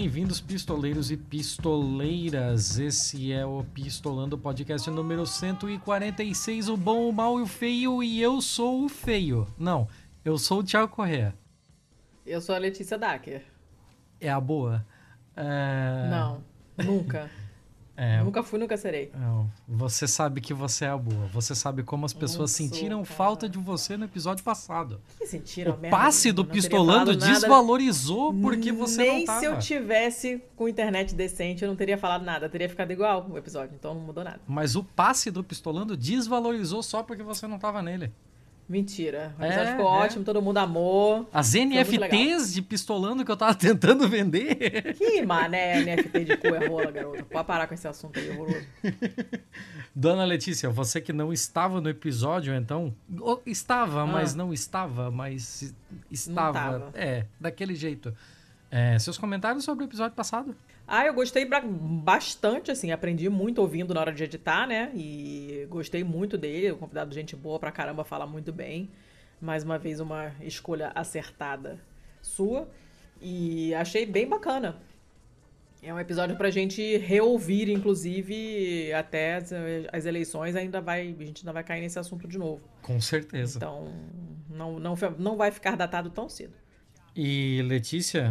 bem-vindos, pistoleiros e pistoleiras. Esse é o Pistolando Podcast número 146, o bom, o mal e o feio, e eu sou o feio. Não, eu sou o Thiago Corrêa. Eu sou a Letícia Dacker. É a boa? Não, nunca. Nunca fui, nunca serei. Não, você sabe que você é a boa. Você sabe como as pessoas sentiram falta de você no episódio passado. Que sentiram? O passe do Pistolando desvalorizou porque você não tava. Nem se eu tivesse com internet decente, eu não teria falado nada. Teria ficado igual o episódio, então não mudou nada. Mas o passe do Pistolando desvalorizou só porque você não tava nele. Mentira. O episódio ficou ótimo, todo mundo amou. As NFTs de Pistolando que eu tava tentando vender. Que mané NFT de cu é rola, garota. Pode parar com esse assunto aí, horroroso. Dona Letícia, você que não estava no episódio, então... Estava, mas não estava, mas estava. Daquele jeito. Seus comentários sobre o episódio passado? Eu gostei bastante, assim, aprendi muito ouvindo na hora de editar, né, e gostei muito dele, o convidado gente boa pra caramba, fala muito bem, mais uma vez uma escolha acertada sua, e achei bem bacana. É um episódio pra gente reouvir, inclusive, até as eleições, a gente ainda vai cair nesse assunto de novo. Com certeza. Então, não vai ficar datado tão cedo. E, Letícia,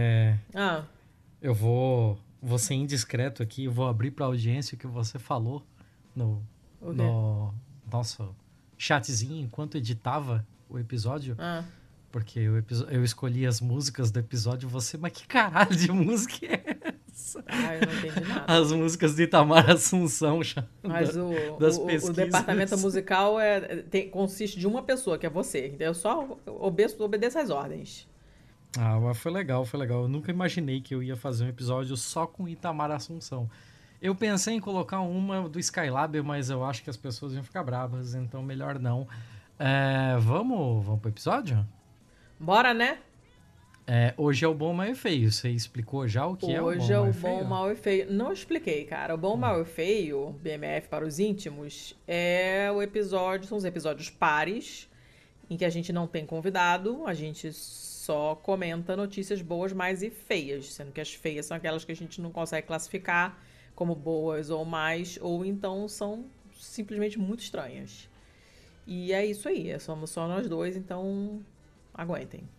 eu vou ser indiscreto aqui, vou abrir para a audiência o que você falou no nosso chatzinho enquanto editava o episódio. Porque eu escolhi as músicas do episódio, mas que caralho de música é essa? Eu não entendi nada. As músicas de Itamar Assunção. Mas o departamento musical consiste de uma pessoa, que é você. Eu só obedeço às ordens. Mas foi legal. Eu nunca imaginei que eu ia fazer um episódio só com Itamar Assunção. Eu pensei em colocar uma do Skylab, mas eu acho que as pessoas iam ficar bravas, então melhor não. Vamos pro episódio? Bora, né? Hoje é o bom, mal e feio. Você explicou já o que é o bom, Hoje é o bom, mal e feio. Não expliquei, cara. O bom, mal e feio, BMF para os íntimos, são os episódios pares, em que a gente não tem convidado, a gente só comenta notícias boas, mais e feias, sendo que as feias são aquelas que a gente não consegue classificar como boas ou mais, ou então são simplesmente muito estranhas. E é isso aí, somos só nós dois, então aguentem.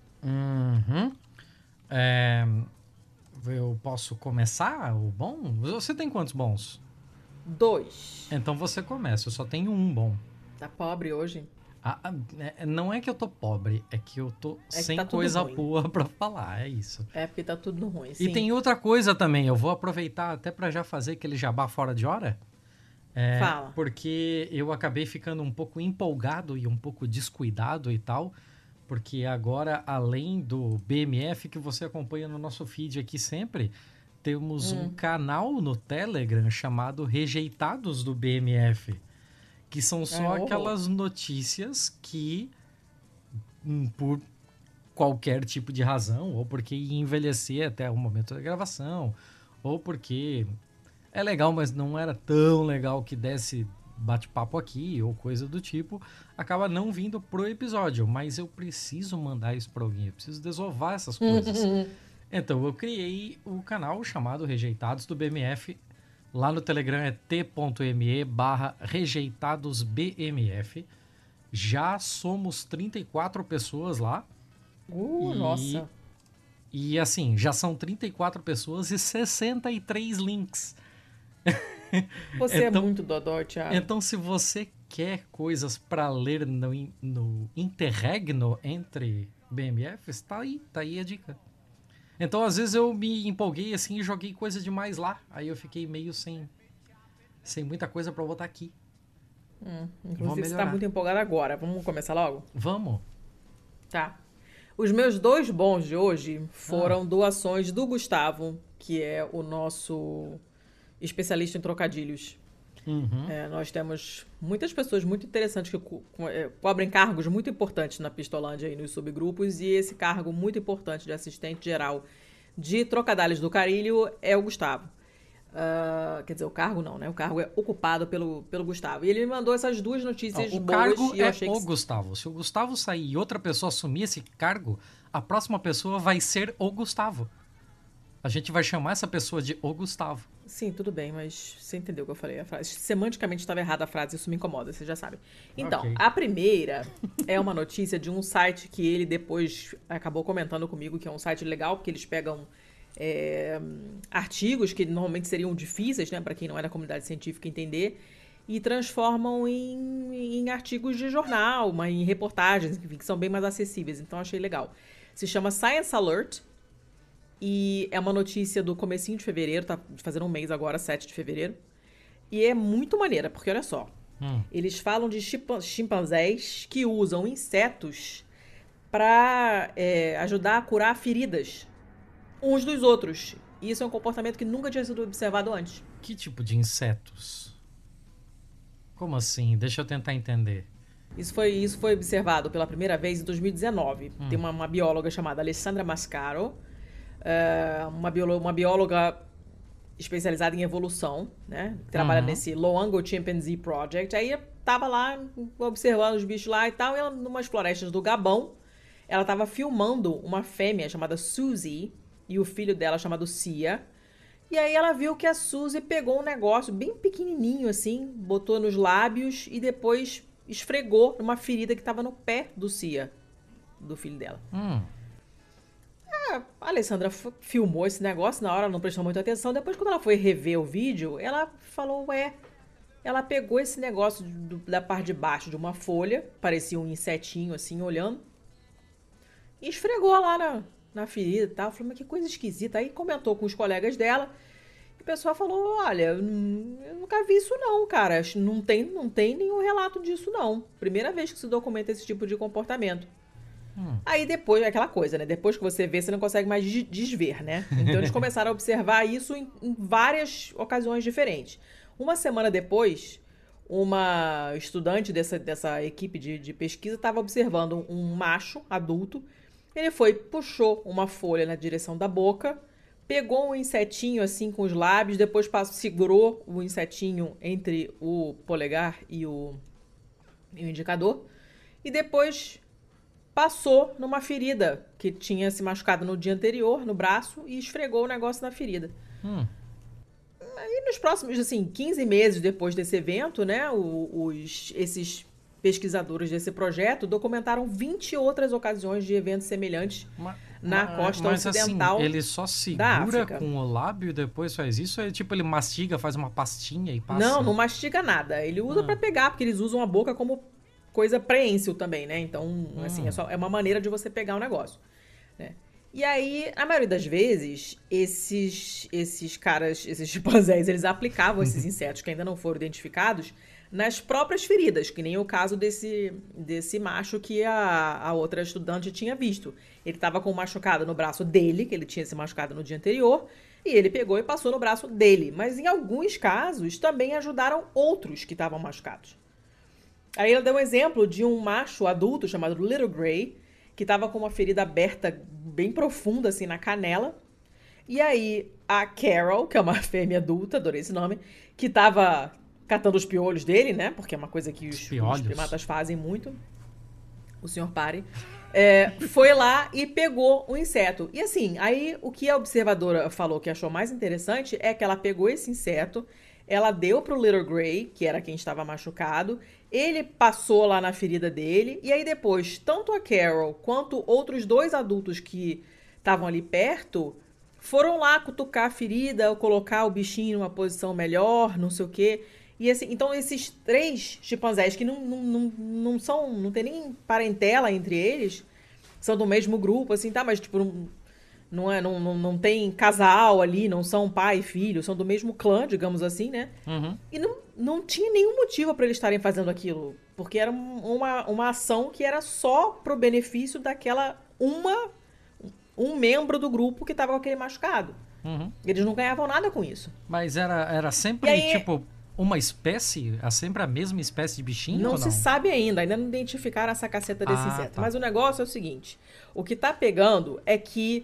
Eu posso começar o bom? Você tem quantos bons? 2. Então você começa, eu só tenho um bom. Tá pobre hoje? Não é que eu tô pobre, é que eu tô sem tá coisa ruim. boa pra falar, é isso. É porque tá tudo ruim, sim. E tem outra coisa também, eu vou aproveitar até pra já fazer aquele jabá fora de hora. Fala. Porque eu acabei ficando um pouco empolgado e um pouco descuidado e tal, porque agora, além do BMF que você acompanha no nosso feed aqui sempre, temos um canal no Telegram chamado Rejeitados do BMF. Que são só aquelas notícias que, por qualquer tipo de razão, ou porque ia envelhecer até o momento da gravação, ou porque é legal, mas não era tão legal que desse bate-papo aqui, ou coisa do tipo, acaba não vindo pro episódio. Mas eu preciso mandar isso pra alguém, eu preciso desovar essas coisas. Então eu criei o canal chamado Rejeitados do BMF. Lá no Telegram é t.me/rejeitadosbmf. Já somos 34 pessoas lá. Nossa. E assim, já são 34 pessoas e 63 links. Você é muito dodó, Thiago. Então, se você quer coisas para ler no interregno entre BMFs, tá aí a dica. Então, às vezes eu me empolguei assim e joguei coisa demais lá. Aí eu fiquei meio sem muita coisa pra botar aqui. Inclusive, você tá muito empolgado agora. Vamos começar logo? Vamos. Tá. Os meus 2 bons de hoje foram doações do Gustavo, que é o nosso especialista em trocadilhos. Nós temos muitas pessoas muito interessantes que cobrem cargos muito importantes na Pistolândia e nos subgrupos, e esse cargo muito importante de assistente geral de trocadilhos do Carilho é o Gustavo. Quer dizer, o cargo não, né? O cargo é ocupado pelo Gustavo. E ele me mandou essas 2 notícias boas. O cargo e eu achei que... Gustavo. Se o Gustavo sair e outra pessoa assumir esse cargo, a próxima pessoa vai ser o Gustavo. A gente vai chamar essa pessoa de O Gustavo. Sim, tudo bem, mas você entendeu o que eu falei. A frase. Semanticamente estava errada a frase, isso me incomoda, você já sabe. Então, Ok. a primeira é uma notícia de um site que ele depois acabou comentando comigo, que é um site legal, porque eles pegam artigos que normalmente seriam difíceis, né, para quem não é da comunidade científica entender, e transformam em artigos de jornal, em reportagens, enfim, que são bem mais acessíveis. Então, achei legal. Se chama Science Alert. E é uma notícia do comecinho de fevereiro, tá fazendo um mês agora, 7 de fevereiro. E é muito maneira, porque olha só. Eles falam de chimpanzés que usam insetos para ajudar a curar feridas uns dos outros. E isso é um comportamento que nunca tinha sido observado antes. Que tipo de insetos? Como assim? Deixa eu tentar entender. Isso foi observado pela primeira vez em 2019. Tem uma bióloga chamada Alessandra Mascaro, uma bióloga especializada em evolução, né? Que trabalha nesse Loango Chimpanzee Project. Aí tava lá observando os bichos lá e tal, e ela, numas florestas do Gabão, ela tava filmando uma fêmea chamada Suzy e o filho dela chamado Cia. E aí ela viu que a Suzy pegou um negócio bem pequenininho assim, botou nos lábios e depois esfregou numa ferida que tava no pé do Cia, do filho dela. A Alessandra filmou esse negócio, na hora ela não prestou muita atenção. Depois, quando ela foi rever o vídeo, ela falou, ela pegou esse negócio da parte de baixo de uma folha, parecia um insetinho assim, olhando, e esfregou lá na ferida e tal. Falou, mas que coisa esquisita. Aí comentou com os colegas dela, e o pessoal falou, olha, eu nunca vi isso não, cara. Não tem nenhum relato disso não. Primeira vez que se documenta esse tipo de comportamento. Aí depois, aquela coisa, né? Depois que você vê, você não consegue mais desver, né? Então eles começaram a observar isso em várias ocasiões diferentes. Uma semana depois, uma estudante dessa equipe de pesquisa estava observando um macho adulto. Ele puxou uma folha na direção da boca, pegou um insetinho assim com os lábios, depois segurou o insetinho entre o polegar e o indicador, e depois passou numa ferida que tinha se machucado no dia anterior, no braço, e esfregou o negócio na ferida. Aí nos próximos, 15 meses depois desse evento, né, esses pesquisadores desse projeto documentaram 20 outras ocasiões de eventos semelhantes na costa ocidental assim, ele só segura com o lábio e depois faz isso? É tipo, ele mastiga, faz uma pastinha e passa? Não mastiga nada. Ele usa pra pegar, porque eles usam a boca como coisa preensil também, né? Então, assim, é uma maneira de você pegar o negócio, né? E aí, a maioria das vezes, esses caras, esses chimpanzés, eles aplicavam esses insetos que ainda não foram identificados nas próprias feridas, que nem o caso desse macho que a outra estudante tinha visto. Ele estava com um machucado no braço dele, que ele tinha se machucado no dia anterior, e ele pegou e passou no braço dele. Mas em alguns casos, também ajudaram outros que estavam machucados. Aí ela deu um exemplo de um macho adulto chamado Little Grey, que estava com uma ferida aberta bem profunda, assim, na canela. E aí a Carol, que é uma fêmea adulta, adorei esse nome, que estava catando os piolhos dele, né? Porque é uma coisa que os primatas fazem muito. O senhor pare. Foi lá e pegou o inseto. E assim, aí o que a observadora falou que achou mais interessante é que ela pegou esse inseto, ela deu pro Little Grey, que era quem estava machucado, ele passou lá na ferida dele, e aí depois, tanto a Carol quanto outros 2 adultos que estavam ali perto, foram lá cutucar a ferida, colocar o bichinho numa posição melhor, não sei o quê. E assim, então esses 3 chimpanzés que não tem nem parentela entre eles, são do mesmo grupo, assim, tá? Mas tipo, não tem casal ali, não são pai e filho, são do mesmo clã, digamos assim, né? E não tinha nenhum motivo para eles estarem fazendo aquilo, porque era uma ação que era só pro benefício daquela um membro do grupo que tava com aquele machucado. Eles não ganhavam nada com isso. Mas era sempre, aí, tipo, uma espécie? É sempre a mesma espécie de bichinho? Não se sabe ainda não identificaram essa caceta desse inseto. Tá. Mas o negócio é o seguinte, o que tá pegando é que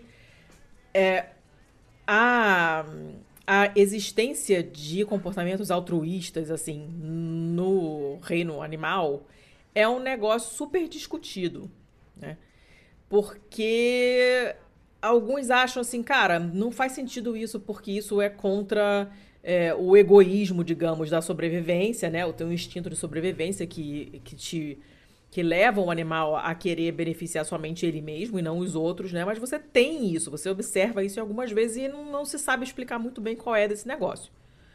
a existência de comportamentos altruístas, assim, no reino animal é um negócio super discutido, né? Porque alguns acham assim, cara, não faz sentido isso porque isso é contra o egoísmo, digamos, da sobrevivência, né? O teu instinto de sobrevivência que leva o animal a querer beneficiar somente ele mesmo e não os outros, né? Mas você tem isso, você observa isso algumas vezes e não se sabe explicar muito bem qual é desse negócio.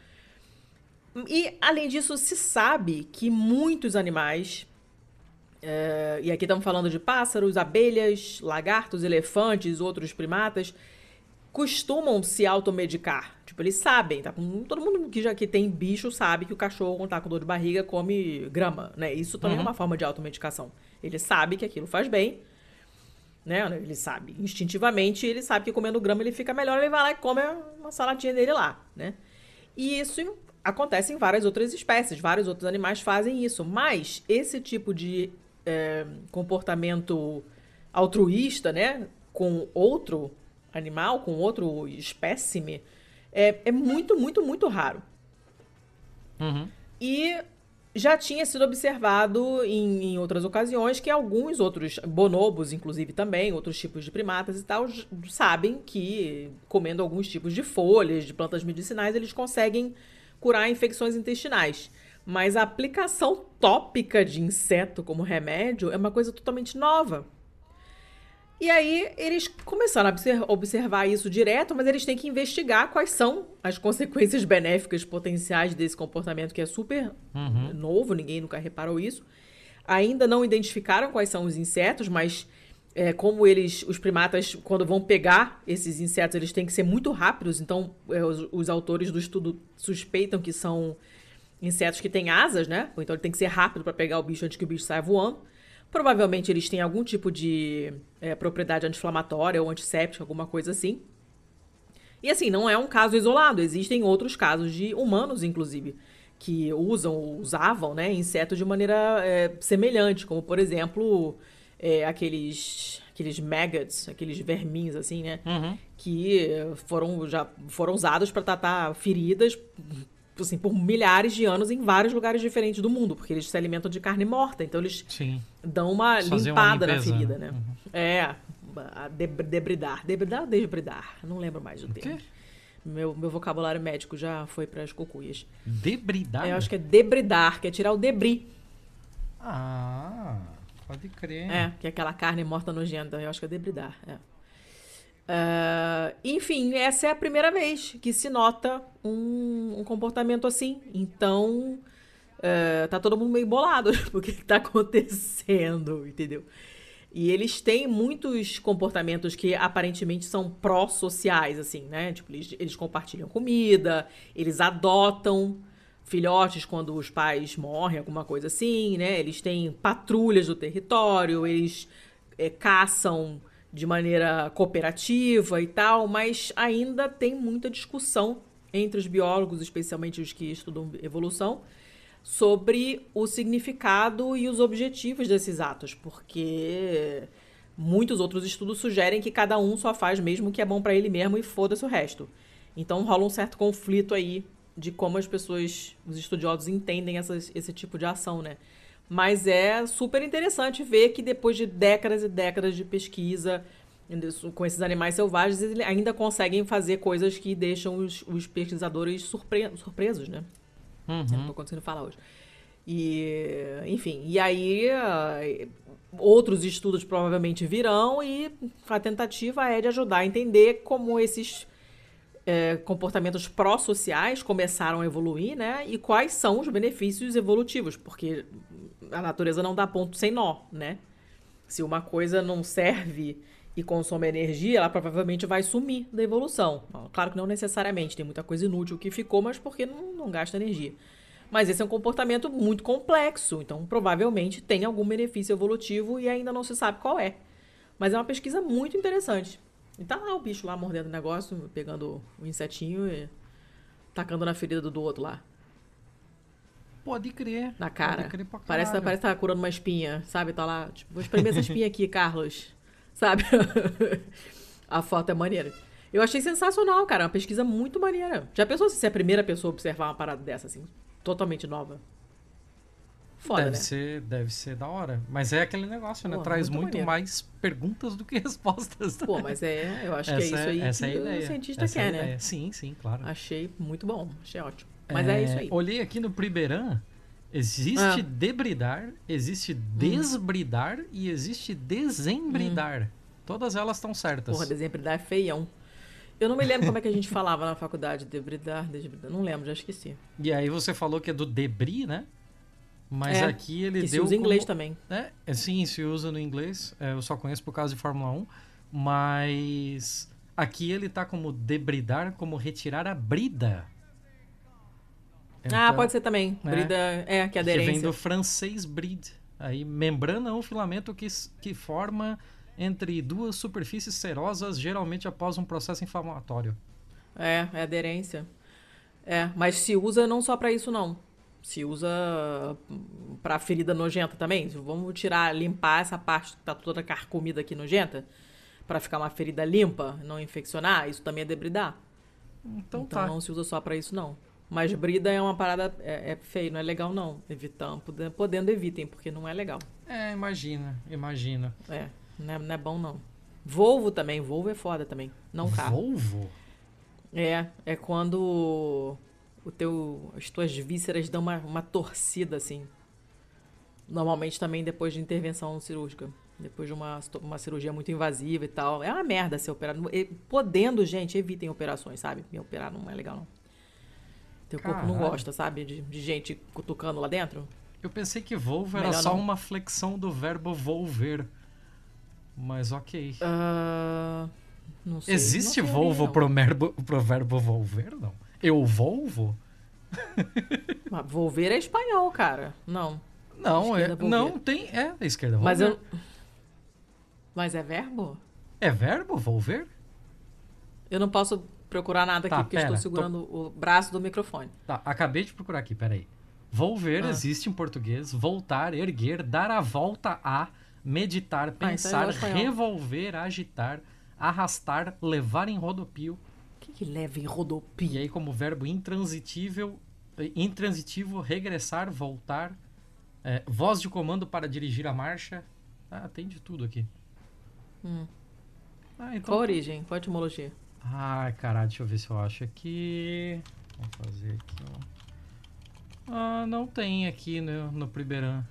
E, além disso, se sabe que muitos animais, e aqui estamos falando de pássaros, abelhas, lagartos, elefantes, outros primatas, costumam se automedicar. Tipo, eles sabem, tá? Todo mundo que tem bicho sabe que o cachorro, quando tá com dor de barriga, come grama, né? Isso também é uma forma de automedicação. Ele sabe que aquilo faz bem, né? Ele sabe, instintivamente, ele sabe que comendo grama ele fica melhor, ele vai lá e come uma saladinha dele lá, né? E isso acontece em várias outras espécies, vários outros animais fazem isso, mas esse tipo de comportamento altruísta, né? Com outro animal, com outro espécime, é muito, muito, muito raro. E já tinha sido observado em outras ocasiões que alguns outros, bonobos inclusive também, outros tipos de primatas e tal, sabem que comendo alguns tipos de folhas, de plantas medicinais, eles conseguem curar infecções intestinais. Mas a aplicação tópica de inseto como remédio é uma coisa totalmente nova. E aí eles começaram a observar isso direto, mas eles têm que investigar quais são as consequências benéficas potenciais desse comportamento que é super novo, ninguém nunca reparou isso. Ainda não identificaram quais são os insetos, mas como os primatas, quando vão pegar esses insetos, eles têm que ser muito rápidos, então os autores do estudo suspeitam que são insetos que têm asas, né? Então ele tem que ser rápido para pegar o bicho antes que o bicho saia voando. Provavelmente eles têm algum tipo de propriedade anti-inflamatória ou antisséptica, alguma coisa assim. E assim, não é um caso isolado. Existem outros casos de humanos, inclusive, que usavam, né, insetos de maneira semelhante. Como, por exemplo, aqueles maggots, aqueles verminhos, assim, né? Que já foram usados para tratar feridas assim, por milhares de anos em vários lugares diferentes do mundo, porque eles se alimentam de carne morta, então eles dão uma limpada na ferida, né? Debridar ou desbridar? Não lembro mais do termo. Meu vocabulário médico já foi para as cucuias. Debridar? Eu acho que é debridar, que é tirar o debris. Ah, pode crer. Que é aquela carne morta nojenta, eu acho que é debridar, enfim, essa é a primeira vez que se nota um comportamento assim. Então, tá todo mundo meio bolado porque tá acontecendo, entendeu? E eles têm muitos comportamentos que aparentemente são pró-sociais, assim, né? Tipo, eles compartilham comida, eles adotam filhotes quando os pais morrem, alguma coisa assim, né? Eles têm patrulhas do território, eles caçam de maneira cooperativa e tal, mas ainda tem muita discussão entre os biólogos, especialmente os que estudam evolução, sobre o significado e os objetivos desses atos, porque muitos outros estudos sugerem que cada um só faz mesmo o que é bom para ele mesmo e foda-se o resto. Então rola um certo conflito aí de como as pessoas, os estudiosos, entendem esse tipo de ação, né? Mas é super interessante ver que depois de décadas e décadas de pesquisa com esses animais selvagens, eles ainda conseguem fazer coisas que deixam os pesquisadores surpresos, né? Eu não tô conseguindo falar hoje. E, enfim, e aí outros estudos provavelmente virão e a tentativa é de ajudar a entender como esses comportamentos pró-sociais começaram a evoluir, né? E quais são os benefícios evolutivos, porque a natureza não dá ponto sem nó, né? Se uma coisa não serve e consome energia, ela provavelmente vai sumir da evolução. Claro que não necessariamente, tem muita coisa inútil que ficou, mas porque não gasta energia. Mas esse é um comportamento muito complexo, então provavelmente tem algum benefício evolutivo e ainda não se sabe qual é. Mas é uma pesquisa muito interessante. E tá lá o bicho lá mordendo o negócio, pegando o insetinho e tacando na ferida do outro lá. Pode crer. Na cara. Pode crer pra parece que tá curando uma espinha, sabe? Tá lá, tipo, vou espremer essa espinha aqui, Carlos. Sabe? A foto é maneira. Eu achei sensacional, cara. Uma pesquisa muito maneira. Já pensou se é a primeira pessoa a observar uma parada dessa, assim? Totalmente nova. Foda, Deve ser da hora. Mas é aquele negócio, né? Pô, Traz muito muito mais perguntas do que respostas. Pô, mas eu acho que é isso aí essa que é a ideia. o cientista Essa é a quer, né? ideia. Sim, claro. Achei muito bom, achei ótimo. Mas é isso aí. Olhei aqui no Priberan, existe debridar, existe desbridar e existe desembridar. Todas elas estão certas. Porra, desembridar é feião. Eu não me lembro como é que a gente falava na faculdade, debridar, desbridar. Não lembro, já esqueci. E aí você falou que é do debris, né? Mas aqui ele que deu. Se usa em inglês também. Sim, se usa no inglês. Eu só conheço por causa de Fórmula 1. Mas aqui ele tá como debridar, como retirar a brida. Então, pode ser também. Brida que é aderência. Que vem do francês bride. Aí, membrana ou filamento que forma entre duas superfícies serosas, geralmente após um processo inflamatório. É aderência. Mas se usa não só pra isso, não. Se usa pra ferida nojenta também. Vamos limpar essa parte que tá toda carcomida aqui nojenta, pra ficar uma ferida limpa, não infeccionar. Isso também é debridar. Então não se usa só pra isso, não. Mas brida é uma parada, é feio, não é legal, não. Podendo, evitem, porque não é legal. Imagina. Não é bom, não. Volvo também, Volvo é foda também, não carro. Volvo? É quando as tuas vísceras dão uma torcida, assim. Normalmente também depois de intervenção cirúrgica. Depois de uma cirurgia muito invasiva e tal. É uma merda ser operado. Podendo, gente, evitem operações, sabe? Me operar não é legal, não. Teu corpo não gosta, sabe? De gente cutucando lá dentro. Eu pensei que volvo era só uma flexão do verbo volver. Mas ok. Não sei. Existe Volvo pro verbo volver, não? Eu volvo? Mas volver é espanhol, cara. Não. Não, tem... esquerda volver. Mas é verbo? É verbo volver? Eu não posso procurar nada aqui porque estou segurando o braço do microfone. Tá, acabei de procurar aqui, peraí. Volver existe em português, voltar, erguer, dar a volta a, meditar, pensar, revolver, agitar, arrastar, levar em rodopio. O que leva em rodopio? E aí como verbo intransitivo, regressar, voltar, voz de comando para dirigir a marcha. Tem de tudo aqui. Então... Qual a origem? Qual a etimologia? Caralho, deixa eu ver se eu acho aqui. Vamos fazer aqui, ó. Não tem aqui no Priberan.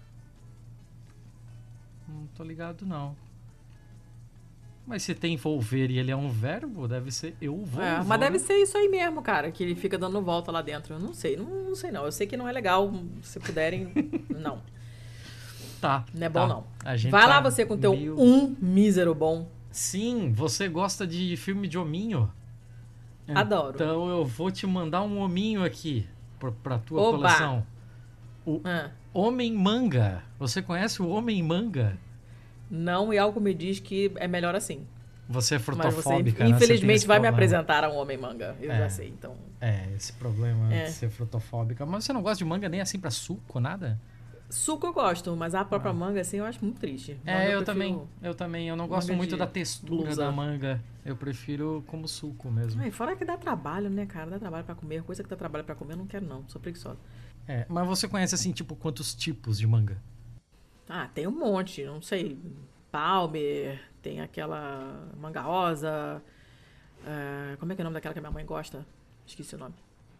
Não tô ligado, não. Mas se tem volver e ele é um verbo, deve ser eu vou. Mas deve ser isso aí mesmo, cara, que ele fica dando volta lá dentro. Eu não sei, não sei não. Eu sei que não é legal, se puderem, não. Tá. Não é bom, não. Vai lá você com teu mísero bom. Sim, você gosta de filme de hominho? Adoro. Então eu vou te mandar um hominho aqui pra tua coleção. O Homem-Manga. Você conhece o Homem-Manga? Não, e algo me diz que é melhor assim. Você é frutofóbica, né? Infelizmente vai me apresentar a um Homem-Manga. Eu já sei, então... esse problema de ser frutofóbica. Mas você não gosta de manga nem assim pra suco, nada? Suco eu gosto, mas a própria manga, assim, eu acho muito triste. Eu também. Eu não gosto muito da textura da manga. Eu prefiro como suco mesmo. Fora que dá trabalho, né, cara? Dá trabalho pra comer. Coisa que dá trabalho pra comer, eu não quero, não. Sou preguiçosa. Mas você conhece, assim, tipo, quantos tipos de manga? Tem um monte. Não sei. Palmer, tem aquela manga rosa. Como é que é o nome daquela que a minha mãe gosta? Esqueci o nome.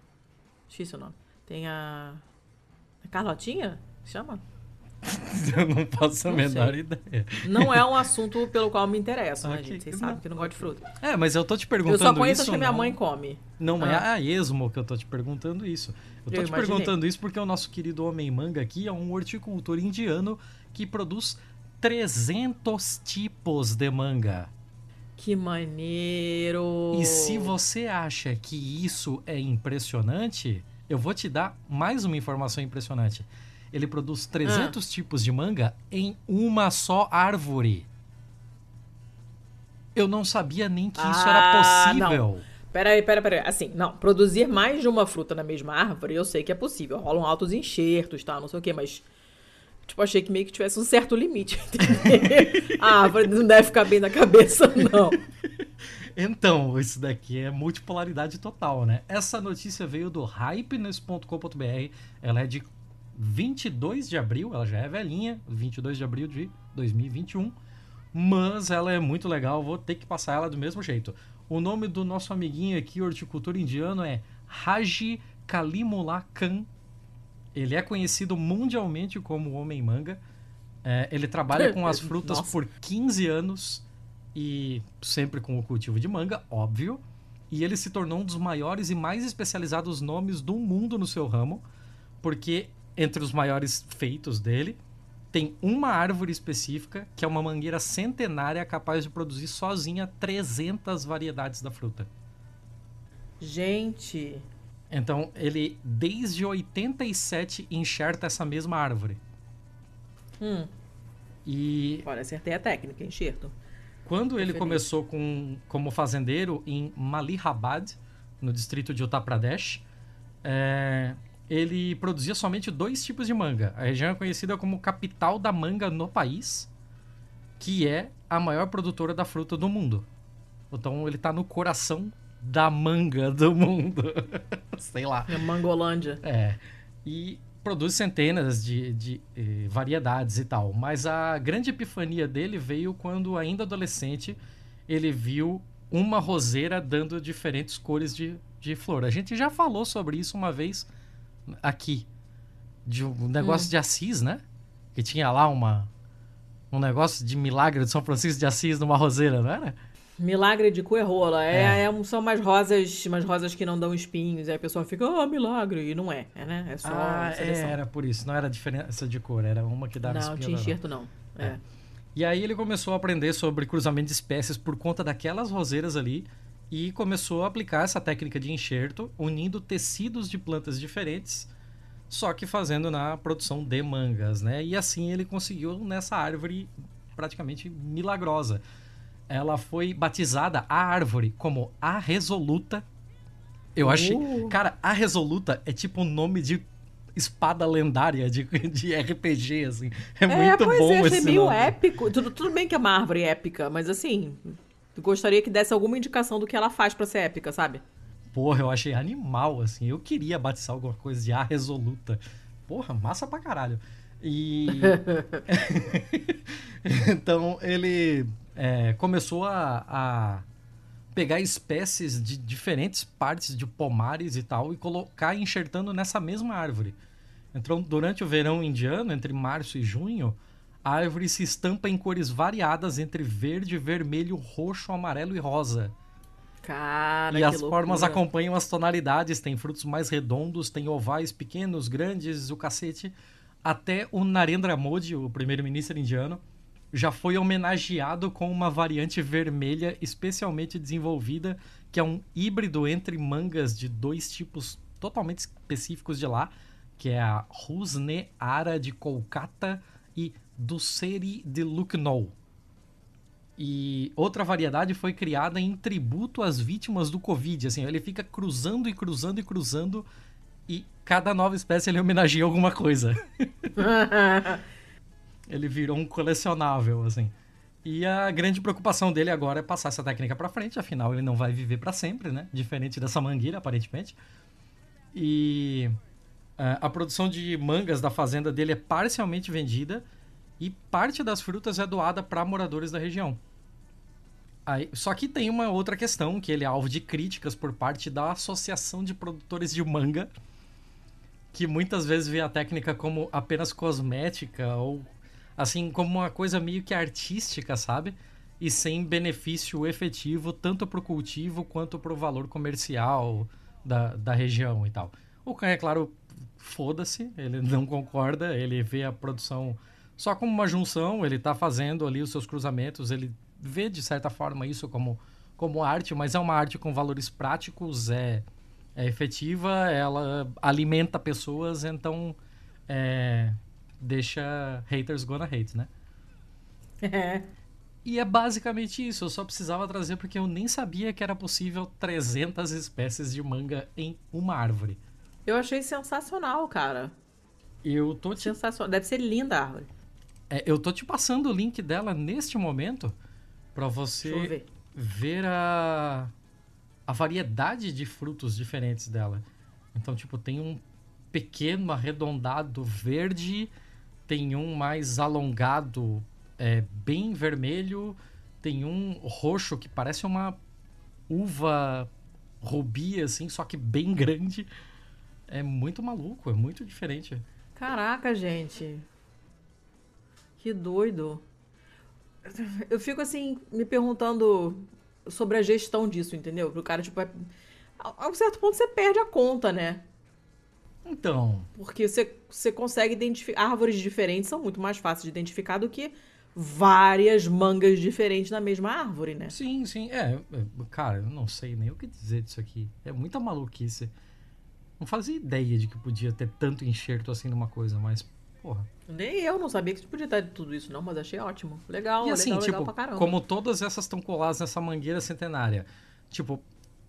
Tem a Carlotinha? Chama? Eu não faço a menor ideia. Não é um assunto pelo qual me interesso, né, gente? Vocês sabem que eu não gosto de fruta. Mas eu tô te perguntando isso. Eu só conheço as que minha mãe come. Não é a esmo que eu tô te perguntando isso. Eu tô te perguntando isso porque o nosso querido Homem-Manga aqui é um horticultor indiano que produz 300 tipos de manga. Que maneiro! E se você acha que isso é impressionante, eu vou te dar mais uma informação impressionante. Ele produz 300 tipos de manga em uma só árvore. Eu não sabia nem que isso era possível. Não. Peraí. Assim, não. Produzir mais de uma fruta na mesma árvore, eu sei que é possível. Rolam altos enxertos, tá? Não sei o quê, mas... Tipo, achei que meio que tivesse um certo limite. A árvore não deve ficar bem na cabeça, não. Então, isso daqui é multipolaridade total, né? Essa notícia veio do hypeness.com.br. Ela é de 22 de abril, ela já é velhinha, 22 de abril de 2021, mas ela é muito legal, vou ter que passar ela do mesmo jeito. O nome do nosso amiguinho aqui, horticultor indiano, é Raji Kalimullah Khan. Ele é conhecido mundialmente como Homem-Manga. Ele trabalha com as frutas por 15 anos e sempre com o cultivo de manga, óbvio. E ele se tornou um dos maiores e mais especializados nomes do mundo no seu ramo, porque entre os maiores feitos dele tem uma árvore específica que é uma mangueira centenária capaz de produzir sozinha 300 variedades da fruta. Gente... Então, ele, desde 87, enxerta essa mesma árvore. E... Olha, acertei a técnica, enxerto. Quando ele começou como fazendeiro em Malihabad, no distrito de Uttar Pradesh, ele produzia somente 2 tipos de manga. A região é conhecida como capital da manga no país, que é a maior produtora da fruta do mundo. Então, ele está no coração da manga do mundo. Sei lá. É Mangolândia. E produz centenas de variedades e tal. Mas a grande epifania dele veio quando, ainda adolescente, ele viu uma roseira dando diferentes cores de flor. A gente já falou sobre isso uma vez aqui. De um negócio de Assis, né? Que tinha lá um negócio de milagre de São Francisco de Assis numa roseira, não era? Milagre de Coerrola. São umas rosas que não dão espinhos. Aí a pessoa fica, milagre. E não é, né? É só seleção. Era por isso. Não era diferença de cor. Era uma que dava espinho. Não, tinha enxerto não. E aí ele começou a aprender sobre cruzamento de espécies por conta daquelas roseiras ali. E começou a aplicar essa técnica de enxerto, unindo tecidos de plantas diferentes, só que fazendo na produção de mangas, né? E assim ele conseguiu nessa árvore praticamente milagrosa. Ela foi batizada, a árvore, como a Resoluta. Eu achei... Cara, a Resoluta é tipo um nome de espada lendária de RPG, assim. É muito bom esse achei meio nome. épico. Tudo bem que é uma árvore épica, mas assim... Eu gostaria que desse alguma indicação do que ela faz pra ser épica, sabe? Porra, eu achei animal, assim. Eu queria batizar alguma coisa de a Resoluta. Porra, massa pra caralho. E... Então, ele... começou a pegar espécies de diferentes partes de pomares e tal e colocar enxertando nessa mesma árvore. Então, durante o verão indiano, entre março e junho, a árvore se estampa em cores variadas entre verde, vermelho, roxo, amarelo e rosa. Cara, e que as loucura. formas acompanham as tonalidades. Tem frutos mais redondos, tem ovais pequenos, grandes, o cacete. Até o Narendra Modi, o primeiro-ministro indiano, já foi homenageado com uma variante vermelha especialmente desenvolvida, que é um híbrido entre mangas de 2 tipos totalmente específicos de lá, que é a Husne Ara de Kolkata e Dussehri de Lucknow. E outra variedade foi criada em tributo às vítimas do Covid. Assim, ele fica cruzando e cruzando e cruzando, e cada nova espécie ele homenageia alguma coisa. Ele virou um colecionável, assim. E a grande preocupação dele agora é passar essa técnica pra frente, afinal ele não vai viver pra sempre, né? Diferente dessa mangueira, aparentemente. E a produção de mangas da fazenda dele é parcialmente vendida e parte das frutas é doada para moradores da região. Só que tem uma outra questão, que ele é alvo de críticas por parte da Associação de Produtores de Manga, que muitas vezes vê a técnica como apenas cosmética ou assim, como uma coisa meio que artística, sabe? E sem benefício efetivo, tanto para o cultivo quanto para o valor comercial da região e tal. O Khan, é claro, foda-se, ele não concorda, ele vê a produção só como uma junção, ele tá fazendo ali os seus cruzamentos, ele vê, de certa forma, isso como arte, mas é uma arte com valores práticos, é efetiva, ela alimenta pessoas, então... deixa haters gonna hate, né? E é basicamente isso. Eu só precisava trazer porque eu nem sabia que era possível 300 espécies de manga em uma árvore. Eu achei sensacional, cara. Sensacional. Deve ser linda a árvore. Eu tô te passando o link dela neste momento pra você ver a variedade de frutos diferentes dela. Então, tipo, tem pequeno, arredondado, verde. Tem um mais alongado, bem vermelho. Tem um roxo que parece uma uva rubi, assim, só que bem grande. É muito maluco, é muito diferente. Caraca, gente. Que doido. Eu fico, assim, me perguntando sobre a gestão disso, entendeu? O cara, tipo, a um certo ponto você perde a conta, né? Então... Porque você consegue identificar... Árvores diferentes são muito mais fáceis de identificar do que várias mangas diferentes na mesma árvore, né? Sim, sim. Cara, eu não sei nem o que dizer disso aqui. É muita maluquice. Não fazia ideia de que podia ter tanto enxerto assim numa coisa, mas, porra. Nem eu não sabia que podia ter tudo isso, não, mas achei ótimo. Legal, E assim, legal pra caramba. como todas essas estão coladas nessa mangueira centenária, tipo,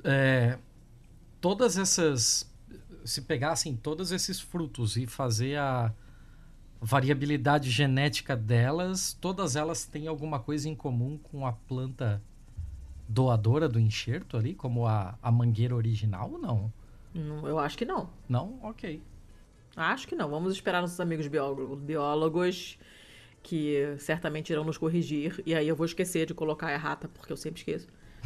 todas essas... Se pegassem todos esses frutos e fazer a variabilidade genética delas, todas elas têm alguma coisa em comum com a planta doadora do enxerto ali, como a mangueira original ou não? Eu acho que não. Não? Ok. Acho que não. Vamos esperar nossos amigos biólogos que certamente irão nos corrigir. E aí eu vou esquecer de colocar a errata, porque eu sempre esqueço.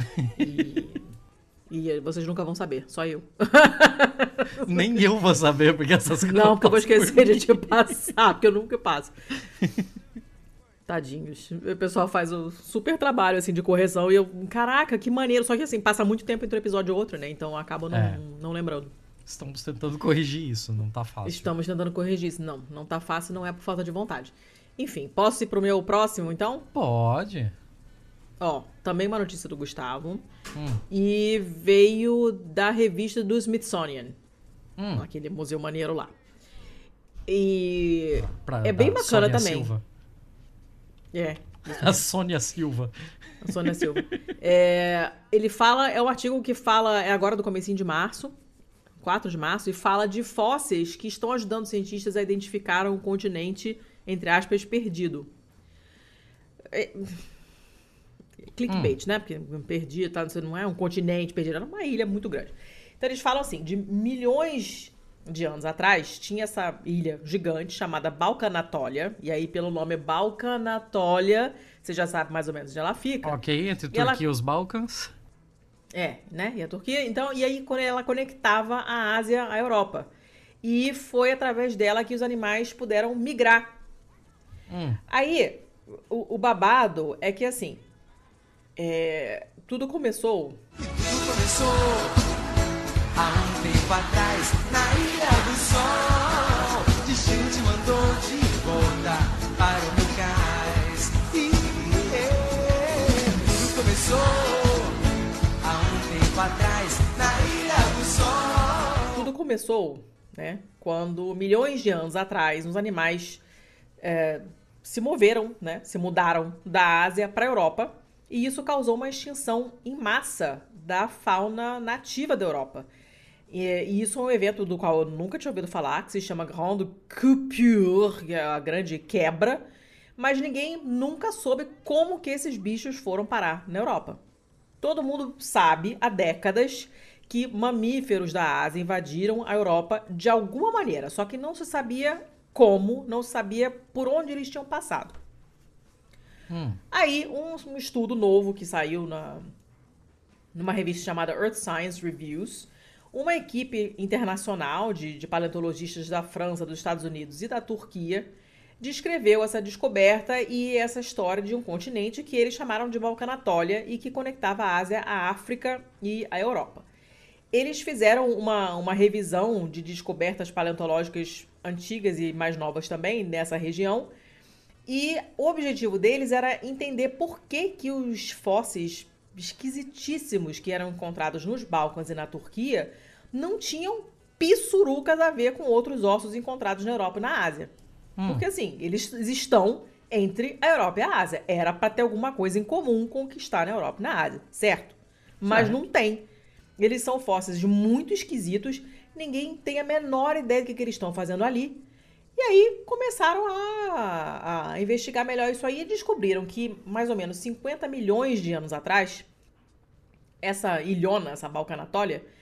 E vocês nunca vão saber, só eu. Nem eu vou saber, porque essas coisas... Não, porque eu vou esquecer de te passar, porque eu nunca passo. Tadinhos. O pessoal faz um super trabalho, assim, de correção. E eu, caraca, que maneiro. Só que, assim, passa muito tempo entre um episódio e outro, né? Então eu acabo não lembrando. Estamos tentando corrigir isso, não tá fácil. Estamos tentando corrigir isso. Não tá fácil, não é por falta de vontade. Enfim, posso ir pro meu próximo, então? Pode. Ó, também uma notícia do Gustavo. E veio da revista do Smithsonian. Aquele museu maneiro lá. E é bem bacana Sônia também. Silva. A Sônia Silva. A Sônia Silva. Ele fala, é um artigo que fala, é agora do comecinho de março, 4 de março, e fala de fósseis que estão ajudando cientistas a identificar um continente, entre aspas, perdido. Clickbait, né? Porque perdido, tá? Você não é um continente perdido, é uma ilha muito grande. Então eles falam assim, de milhões de anos atrás, tinha essa ilha gigante chamada Balcanatólia, e aí pelo nome Balcanatólia, você já sabe mais ou menos onde ela fica. Ok, entre Turquia e os Balcãs. Né? E a Turquia, então, e aí quando ela conectava a Ásia à Europa. E foi através dela que os animais puderam migrar. Aí, o babado é que assim, tudo começou há um tempo atrás, na Ilha do Sol. Destino te mandou de volta para o meu cais. Tudo começou há um tempo atrás, na Ilha do Sol. Tudo começou, né, quando milhões de anos atrás os animais se moveram, né, se mudaram da Ásia para a Europa. E isso causou uma extinção em massa da fauna nativa da Europa. E isso é um evento do qual eu nunca tinha ouvido falar, que se chama Grande Coupure, que é a grande quebra, mas ninguém nunca soube como que esses bichos foram parar na Europa. Todo mundo sabe, há décadas, que mamíferos da Ásia invadiram a Europa de alguma maneira, só que não se sabia como, não se sabia por onde eles tinham passado. Aí, um estudo novo que saiu numa revista chamada Earth Science Reviews, uma equipe internacional de paleontologistas da França, dos Estados Unidos e da Turquia descreveu essa descoberta e essa história de um continente que eles chamaram de Balcanatólia e que conectava a Ásia, a África e a Europa. Eles fizeram uma revisão de descobertas paleontológicas antigas e mais novas também nessa região. E o objetivo deles era entender por que os fósseis esquisitíssimos que eram encontrados nos Balcãs e na Turquia não tinham pissurucas a ver com outros ossos encontrados na Europa e na Ásia. Porque, assim, eles estão entre a Europa e a Ásia. Era para ter alguma coisa em comum com o que está na Europa e na Ásia, certo? Mas não tem. Eles são fósseis muito esquisitos, ninguém tem a menor ideia do que eles estão fazendo ali. E aí começaram a investigar melhor isso aí e descobriram que mais ou menos 50 milhões de anos atrás, essa ilhona, essa Balcanatólia,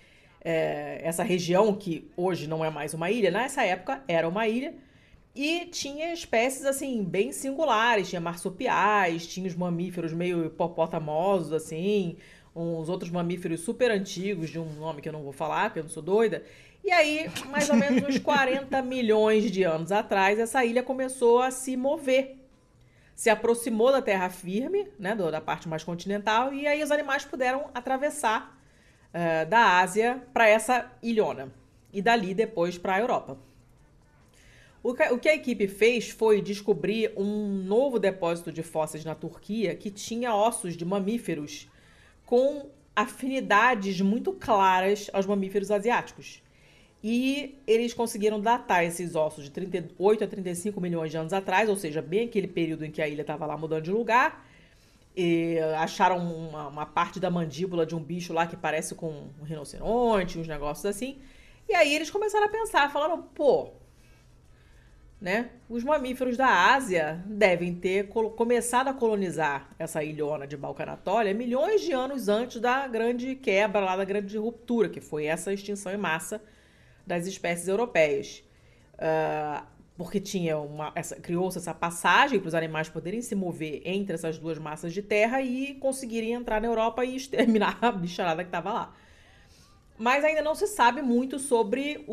essa região, que hoje não é mais uma ilha, nessa época era uma ilha, e tinha espécies, assim, bem singulares. Tinha marsupiais, tinha os mamíferos meio hipopótamosos, assim, uns outros mamíferos super antigos, de um nome que eu não vou falar, porque eu não sou doida. E aí, mais ou menos uns 40 milhões de anos atrás, essa ilha começou a se mover. Se aproximou da terra firme, né, da parte mais continental, e aí os animais puderam atravessar da Ásia para essa ilhona. E dali depois para a Europa. O que a equipe fez foi descobrir um novo depósito de fósseis na Turquia que tinha ossos de mamíferos com afinidades muito claras aos mamíferos asiáticos. E eles conseguiram datar esses ossos de 38 a 35 milhões de anos atrás, ou seja, bem aquele período em que a ilha estava lá mudando de lugar. E acharam uma parte da mandíbula de um bicho lá que parece com um rinoceronte, uns negócios assim. E aí eles começaram a pensar, falaram, pô, né? Os mamíferos da Ásia devem ter começado a colonizar essa ilhona de Balkan Anatólia milhões de anos antes da grande quebra, lá da grande ruptura, que foi essa extinção em massa das espécies europeias. Porque criou-se essa passagem para os animais poderem se mover entre essas duas massas de terra e conseguirem entrar na Europa e exterminar a bicharada que estava lá. Mas ainda não se sabe muito sobre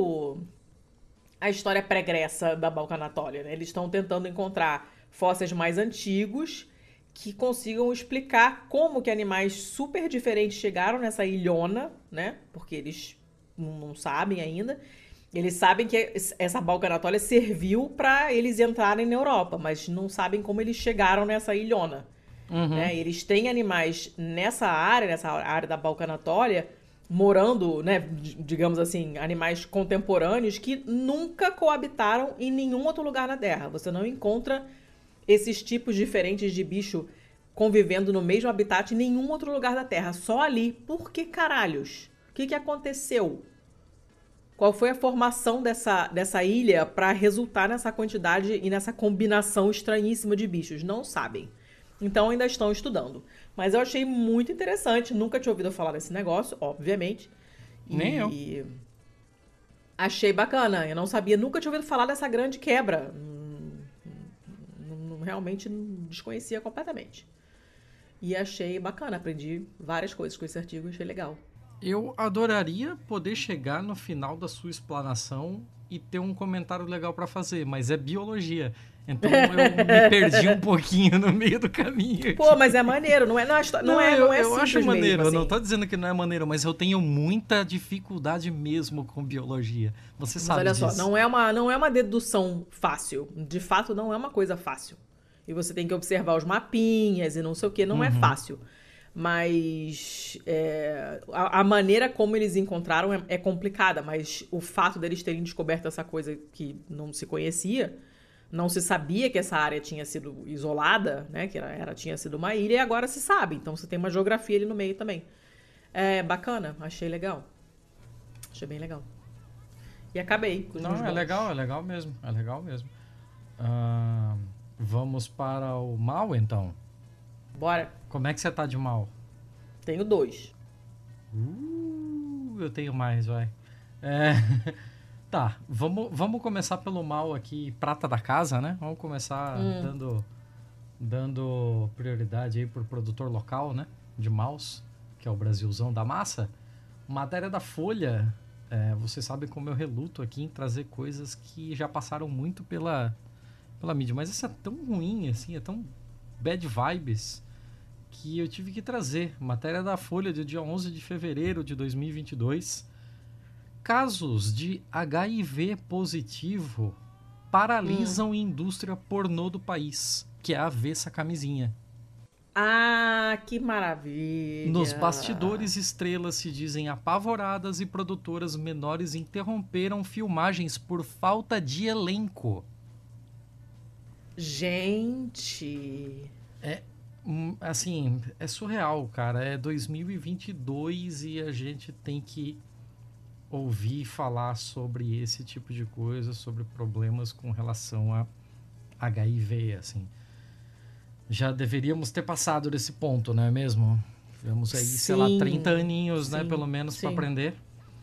a história pregressa da Balkan Anatólia, né? Eles estão tentando encontrar fósseis mais antigos que consigam explicar como que animais super diferentes chegaram nessa ilhona, né? Porque eles não sabem ainda. Eles sabem que essa Balkan Anatólia serviu para eles entrarem na Europa, mas não sabem como eles chegaram nessa ilhona. Né? Eles têm animais nessa área da Balkan Anatólia, morando, né, digamos assim, animais contemporâneos que nunca coabitaram em nenhum outro lugar na Terra. Você não encontra esses tipos diferentes de bicho convivendo no mesmo habitat em nenhum outro lugar da Terra, só ali. Por que caralhos? O que aconteceu? Qual foi a formação dessa ilha para resultar nessa quantidade e nessa combinação estranhíssima de bichos? Não sabem. Então ainda estão estudando. Mas eu achei muito interessante. Nunca tinha ouvido falar desse negócio, obviamente. Nem eu. Achei bacana. Eu não sabia, nunca tinha ouvido falar dessa grande quebra. Realmente desconhecia completamente. E achei bacana. Aprendi várias coisas com esse artigo. Achei legal. Eu adoraria poder chegar no final da sua explanação e ter um comentário legal para fazer, mas é biologia. Então eu me perdi um pouquinho no meio do caminho. Pô, mas é maneiro, não é eu acho maneiro, mesmo, assim. Eu não tô dizendo que não é maneiro, mas eu tenho muita dificuldade mesmo com biologia. Você sabe disso. Olha só, não é uma dedução fácil. De fato, não é uma coisa fácil. E você tem que observar os mapinhas e não sei o que, não é fácil. Mas a maneira como eles encontraram é complicada, mas o fato deles terem descoberto essa coisa que não se conhecia, não se sabia que essa área tinha sido isolada, né? Que tinha sido uma ilha, e agora se sabe. Então você tem uma geografia ali no meio também. É bacana, achei legal. Achei bem legal. E acabei com os meus Não, é legal mesmo. É legal mesmo. Vamos para o mal, então? Bora. Como é que você tá de mal? Tenho 2. Eu tenho mais, vai. Tá, vamos começar pelo mal aqui, prata da casa, né? Vamos começar dando prioridade aí pro produtor local, né? De maus, que é o Brasilzão da massa. Matéria da Folha, você sabe como eu reluto aqui em trazer coisas que já passaram muito pela mídia. Mas isso é tão ruim, assim, é tão bad vibes, que eu tive que trazer. Matéria da Folha do dia 11 de fevereiro de 2022. Casos de HIV positivo paralisam a indústria pornô do país, que é a Avessa Camisinha. Ah, que maravilha! Nos bastidores, estrelas se dizem apavoradas e produtoras menores interromperam filmagens por falta de elenco. Gente... Assim, é surreal, cara. É 2022 e a gente tem que ouvir falar sobre esse tipo de coisa, sobre problemas com relação a HIV, assim. Já deveríamos ter passado desse ponto, não é mesmo? Tivemos aí, sei lá, 30 aninhos, né, pelo menos, para aprender.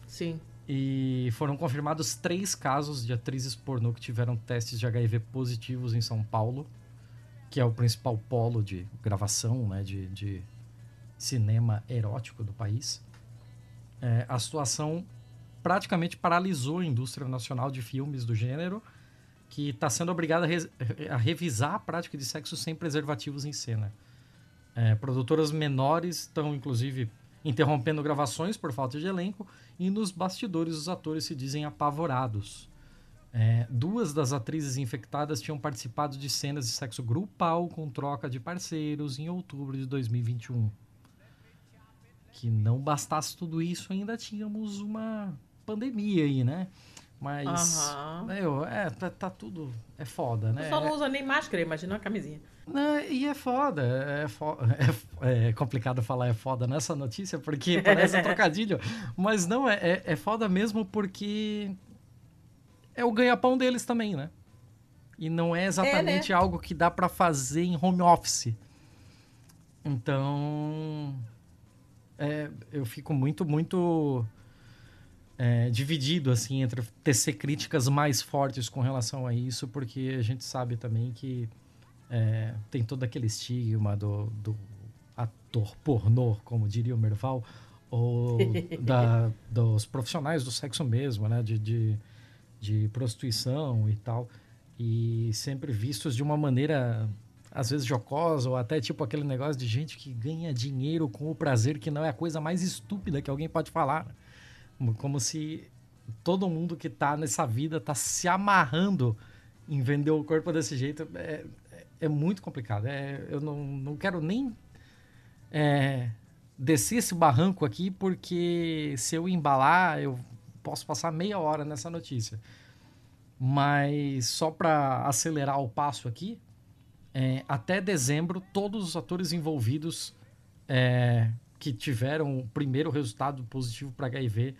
Sim. E foram confirmados 3 casos de atrizes pornô que tiveram testes de HIV positivos em São Paulo, que é o principal polo de gravação, né, de cinema erótico do país. A situação praticamente paralisou a indústria nacional de filmes do gênero, que está sendo obrigada a revisar a prática de sexo sem preservativos em cena. Produtoras menores estão, inclusive, interrompendo gravações por falta de elenco, e nos bastidores os atores se dizem apavorados. 2 das atrizes infectadas tinham participado de cenas de sexo grupal com troca de parceiros em outubro de 2021. Que não bastasse tudo isso, ainda tínhamos uma pandemia aí, né? Mas, tá tudo... É foda, né? O pessoal não usa nem máscara, imagina uma camisinha. E é foda. É complicado falar é foda nessa notícia, porque parece um trocadilho. Mas não, é foda mesmo porque é o ganha-pão deles também, né? E não é exatamente algo que dá pra fazer em home office. Então, eu fico muito dividido, assim, entre tecer críticas mais fortes com relação a isso, porque a gente sabe também que tem todo aquele estigma do ator pornô, como diria o Merval, ou dos profissionais do sexo mesmo, né? De prostituição e tal, e sempre vistos de uma maneira, às vezes jocosa, ou até tipo aquele negócio de gente que ganha dinheiro com o prazer, que não é a coisa mais estúpida que alguém pode falar. Como se todo mundo que tá nessa vida tá se amarrando em vender o corpo desse jeito. É muito complicado. Eu não quero nem descer esse barranco aqui, porque se eu embalar, eu posso passar meia hora nessa notícia. Mas só para acelerar o passo aqui, até dezembro, todos os atores envolvidos que tiveram o primeiro resultado positivo para HIV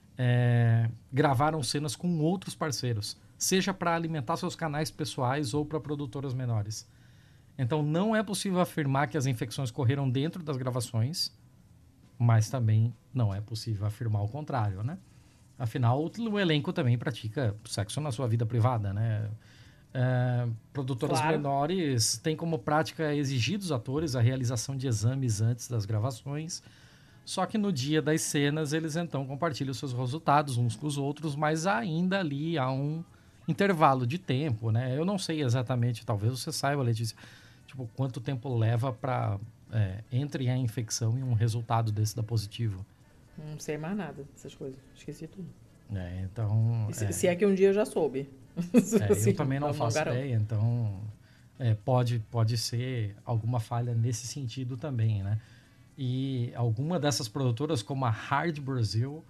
gravaram cenas com outros parceiros, seja para alimentar seus canais pessoais ou para produtoras menores. Então, não é possível afirmar que as infecções correram dentro das gravações, mas também não é possível afirmar o contrário, né? Afinal, o elenco também pratica sexo na sua vida privada, né? Produtoras menores têm como prática exigir dos atores a realização de exames antes das gravações, só que no dia das cenas eles então compartilham seus resultados uns com os outros, mas ainda ali há um intervalo de tempo, né? Eu não sei exatamente, talvez você saiba, Letícia, tipo, quanto tempo leva para entre a infecção e um resultado desse dar positivo. Não sei mais nada dessas coisas, esqueci tudo. Então... Se é que um dia eu já soube. Eu também não faço ideia, então pode ser alguma falha nesse sentido também, né? E alguma dessas produtoras, como a Hard Brasil,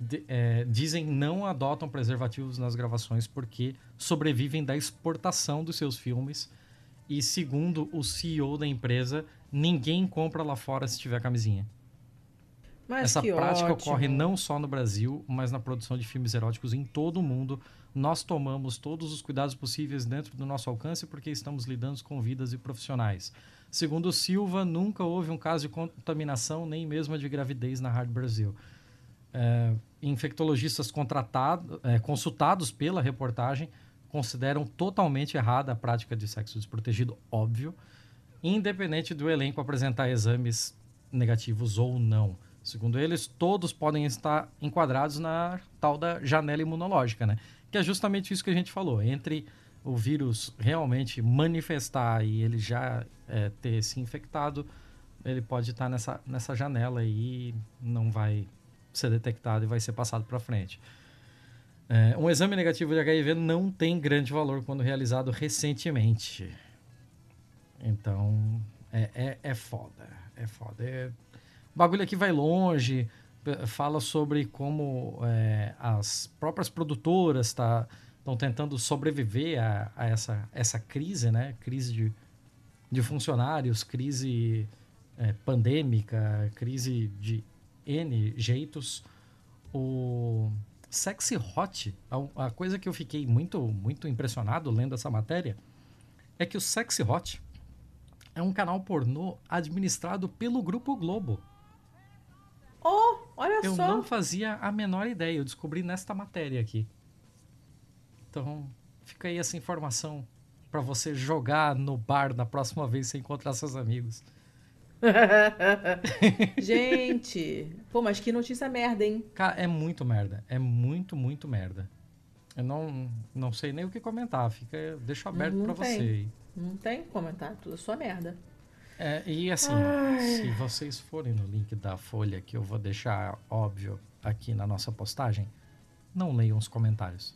dizem não adotam preservativos nas gravações porque sobrevivem da exportação dos seus filmes, e segundo o CEO da empresa, ninguém compra lá fora se tiver camisinha. Mas essa prática ótimo. ocorre não só no Brasil, mas na produção de filmes eróticos em todo o mundo. Nós tomamos todos os cuidados possíveis dentro do nosso alcance porque estamos lidando com vidas e profissionais. Segundo Silva, nunca houve um caso de contaminação, nem mesmo de gravidez na Hard Brasil. Infectologistas consultados pela reportagem consideram totalmente errada a prática de sexo desprotegido, óbvio, independente do elenco apresentar exames negativos ou não. Segundo eles, todos podem estar enquadrados na tal da janela imunológica, né? Que é justamente isso que a gente falou. Entre o vírus realmente manifestar e ele já ter se infectado, ele pode estar nessa janela e não vai ser detectado e vai ser passado para frente. Um exame negativo de HIV não tem grande valor quando realizado recentemente. Então, é foda. É foda. O bagulho aqui vai longe, fala sobre como as próprias produtoras estão tentando sobreviver a essa crise, né? Crise de funcionários, crise pandêmica, crise de N jeitos. O Sexy Hot, a coisa que eu fiquei muito, muito impressionado lendo essa matéria, é que o Sexy Hot é um canal pornô administrado pelo Grupo Globo. Oh, Olha Eu só. não fazia a menor ideia, eu descobri nesta matéria aqui. Então, fica aí essa informação para você jogar no bar na próxima vez que você encontrar seus amigos. Gente, pô, mas que notícia merda, hein? Cara, é muito merda. É muito, muito merda. Eu não sei nem o que comentar. Deixo aberto Não pra tem. você aí. Não tem comentário, tudo sua merda. E assim, Ai. se vocês forem no link da Folha, que eu vou deixar óbvio aqui na nossa postagem, não leiam os comentários.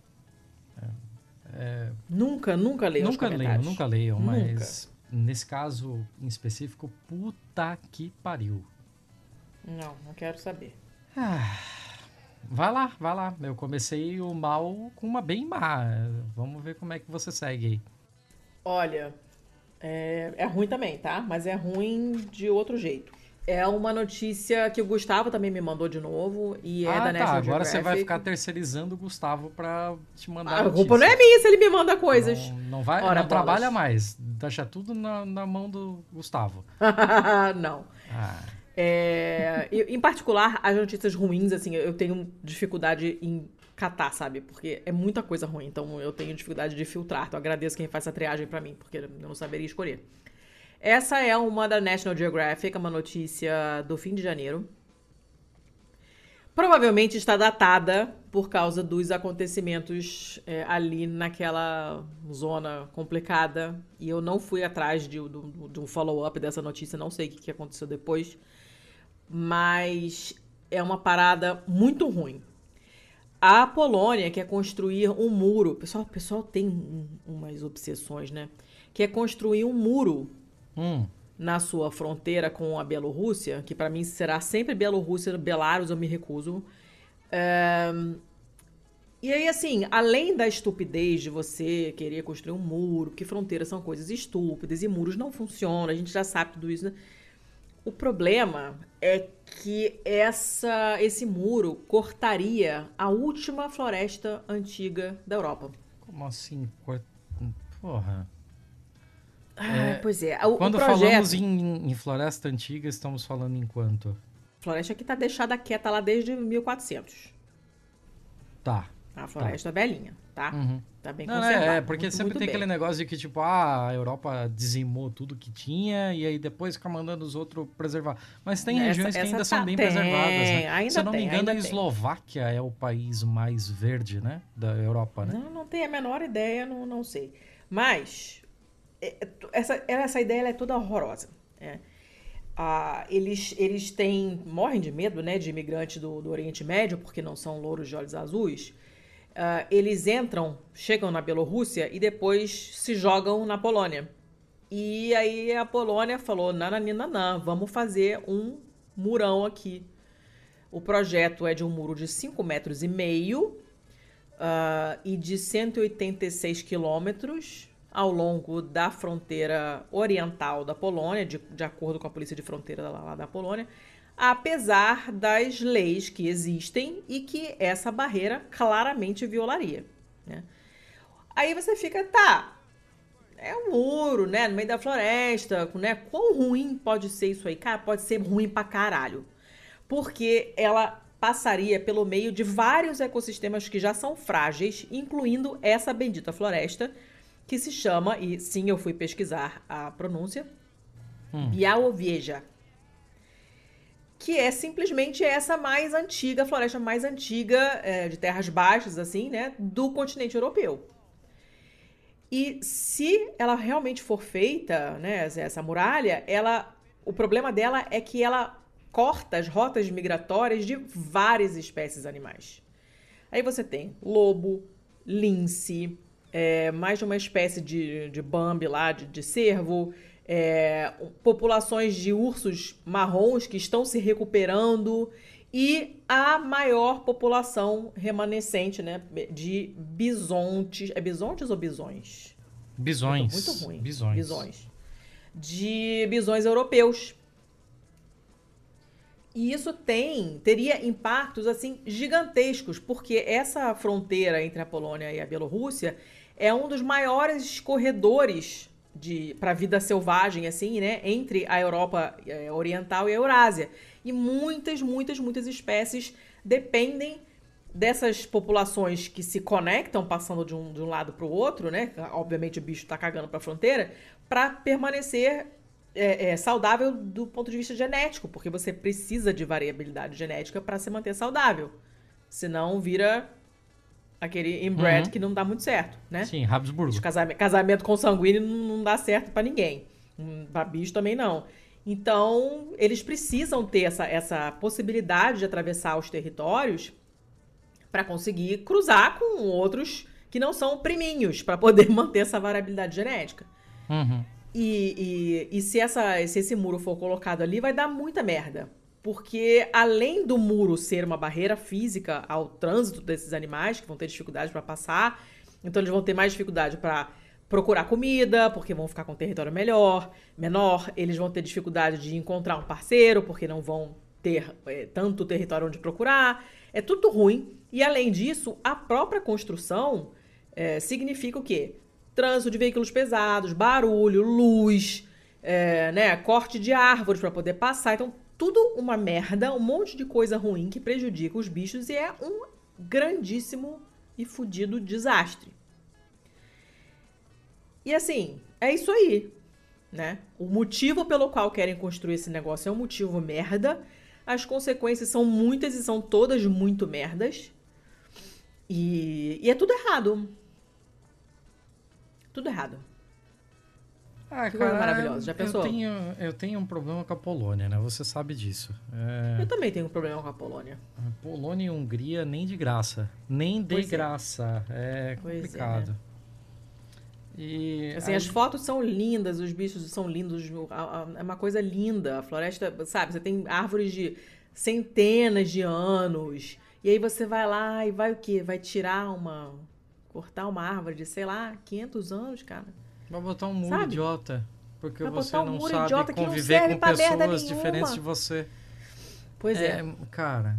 Nunca leiam os comentários. Nunca leiam, Nunca. mas nesse caso em específico, puta que pariu. Não quero saber. Vai lá. Eu comecei o mal com uma bem má. Vamos ver como é que você segue aí. Olha, é ruim também, tá? Mas é ruim de outro jeito. É uma notícia que o Gustavo também me mandou de novo e da National Agora Geographic. você vai ficar terceirizando o Gustavo pra te mandar A notícia. culpa não é minha se ele me manda coisas. Não vai, Ora, não trabalha bolas. mais. Deixa tudo na mão do Gustavo. Não. Ah, Em particular, as notícias ruins, assim, eu tenho dificuldade em catar, sabe? Porque é muita coisa ruim, então eu tenho dificuldade de filtrar. Então eu agradeço quem faz essa triagem pra mim, porque eu não saberia escolher. Essa é uma da National Geographic, uma notícia do fim de janeiro. Provavelmente está datada por causa dos acontecimentos ali naquela zona complicada. E eu não fui atrás de um follow-up dessa notícia, não sei o que aconteceu depois. Mas é uma parada muito ruim. A Polônia quer construir um muro. O pessoal tem umas obsessões, né? Quer construir um muro na sua fronteira com a Bielorrússia, que pra mim será sempre Bielorrússia, Belarus, eu me recuso. E aí, assim, além da estupidez de você querer construir um muro, porque fronteiras são coisas estúpidas e muros não funcionam, a gente já sabe tudo isso, né? O problema é que esse muro cortaria a última floresta antiga da Europa. como assim? Porra. Pois é. Quando o projeto, falamos em floresta antiga, estamos falando em quanto? floresta que tá deixada quieta lá desde 1400. Tá. A floresta velhinha, tá? Uhum. Tá bem Não, conservada. porque muito, sempre muito tem bem. aquele negócio de que, tipo, a Europa dizimou tudo que tinha e aí depois fica mandando os outros preservar. Mas tem regiões que ainda são bem preservadas, né? Ainda Se eu não me engano, ainda a tem. Eslováquia é o país mais verde, né? Da Europa, né? Não tenho a menor ideia, não sei. Mas essa ideia ela é toda horrorosa. Eles morrem de medo, né, de imigrantes do Oriente Médio, porque não são louros de olhos azuis. Eles chegam na Bielorrússia e depois se jogam na Polônia. E aí a Polônia falou, não, vamos fazer um murão aqui. O projeto é de um muro de 5,5 metros e de 186 quilômetros ao longo da fronteira oriental da Polônia, de acordo com a polícia de fronteira lá da Polônia, apesar das leis que existem e que essa barreira claramente violaria, né? Aí você fica, é um muro, né, no meio da floresta, né? Quão ruim pode ser isso aí? Cara, pode ser ruim pra caralho. Porque ela passaria pelo meio de vários ecossistemas que já são frágeis, incluindo essa bendita floresta, que se chama, e sim, eu fui pesquisar a pronúncia, Białowieża, que é simplesmente essa a floresta mais antiga de terras baixas, assim, né, do continente europeu. E se ela realmente for feita, né, essa muralha, o problema dela é que ela corta as rotas migratórias de várias espécies animais. Aí você tem lobo, lince, mais de uma espécie de bambi lá, de cervo, populações de ursos marrons que estão se recuperando e a maior população remanescente, né, de bisontes. É bisontes ou bisões? Bisões. Muito ruim. Bisões. De bisões europeus. E isso teria impactos assim gigantescos, porque essa fronteira entre a Polônia e a Bielorrússia é um dos maiores corredores para a vida selvagem, assim, né, entre a Europa Oriental e a Eurásia. E muitas, muitas, muitas espécies dependem dessas populações que se conectam, passando de um lado para o outro, né? Obviamente o bicho está cagando para a fronteira, para permanecer saudável do ponto de vista genético, porque você precisa de variabilidade genética para se manter saudável. Senão vira aquele inbred que não dá muito certo, né? Sim, Habsburgo. Casamento consanguíneo não dá certo para ninguém. Para bicho também não. Então, eles precisam ter essa possibilidade de atravessar os territórios para conseguir cruzar com outros que não são priminhos, para poder manter essa variabilidade genética. Uhum. E se esse muro for colocado ali, vai dar muita merda. Porque além do muro ser uma barreira física ao trânsito desses animais, que vão ter dificuldade para passar, então eles vão ter mais dificuldade para procurar comida, porque vão ficar com um território menor, eles vão ter dificuldade de encontrar um parceiro, porque não vão ter tanto território onde procurar. É tudo ruim. E além disso, a própria construção significa o quê? Trânsito de veículos pesados, barulho, luz, corte de árvores para poder passar. Então, tudo uma merda, um monte de coisa ruim que prejudica os bichos e é um grandíssimo e fudido desastre. E assim, é isso aí, né? O motivo pelo qual querem construir esse negócio é um motivo merda. As consequências são muitas e são todas muito merdas. E é tudo errado. Tudo errado. Que coisa maravilhosa. Já pensou? Eu tenho um problema com a Polônia, né? Você sabe disso. Eu também tenho um problema com a Polônia. A Polônia e Hungria nem de graça. Nem de graça. É complicado. Né? E assim, as fotos são lindas, os bichos são lindos, é uma coisa linda. A floresta, sabe, você tem árvores de centenas de anos. E aí você vai lá e vai o quê? Vai cortar uma árvore de, sei lá, 500 anos, cara. Vai botar um muro idiota. Porque você não sabe conviver com pessoas diferentes de você. Pois é. Cara,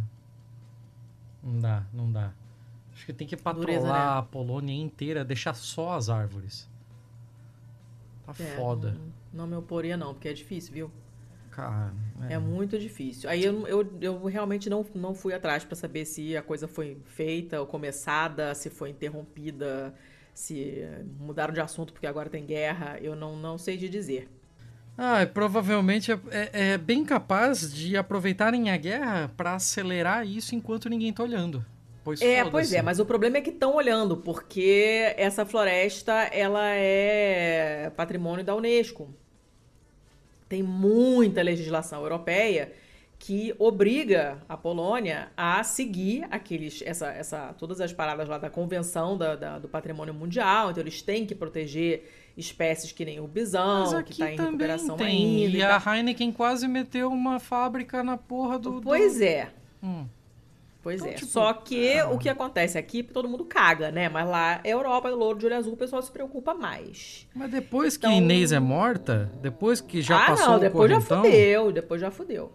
não dá. Acho que tem que patrolar Dureza, né? a Polônia inteira, deixar só as árvores. Tá foda. Não me oporia não, porque é difícil, viu? Cara, é muito difícil. Aí eu realmente não fui atrás pra saber se a coisa foi feita ou começada, se foi interrompida, se mudaram de assunto porque agora tem guerra. Eu não sei te dizer. Provavelmente é bem capaz de aproveitarem a guerra pra acelerar isso enquanto ninguém tá olhando. Pois é, mas o problema é que estão olhando, porque essa floresta, ela é patrimônio da Unesco. Tem muita legislação europeia que obriga a Polônia a seguir todas as paradas lá da Convenção do Patrimônio Mundial. Então, eles têm que proteger espécies que nem o bisão, que está em recuperação ainda. E a Heineken quase meteu uma fábrica na porra do... Pois é. Pois então, é, só que o que acontece aqui, todo mundo caga, né? Mas lá, Europa, louro de olho azul, o pessoal se preocupa mais. Mas depois que a Inês é morta, depois que já passou o depois correntão... depois já fudeu.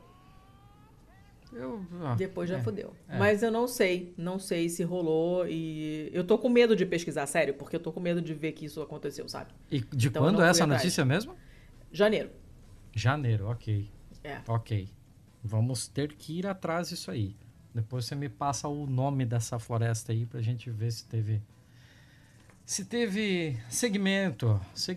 Depois já fudeu. Mas eu não sei se rolou e... Eu tô com medo de pesquisar, sério, porque eu tô com medo de ver que isso aconteceu, sabe? E de quando é essa notícia mesmo? Janeiro, ok. Ok. Vamos ter que ir atrás disso aí. Depois você me passa o nome dessa floresta aí pra gente ver se teve segmento.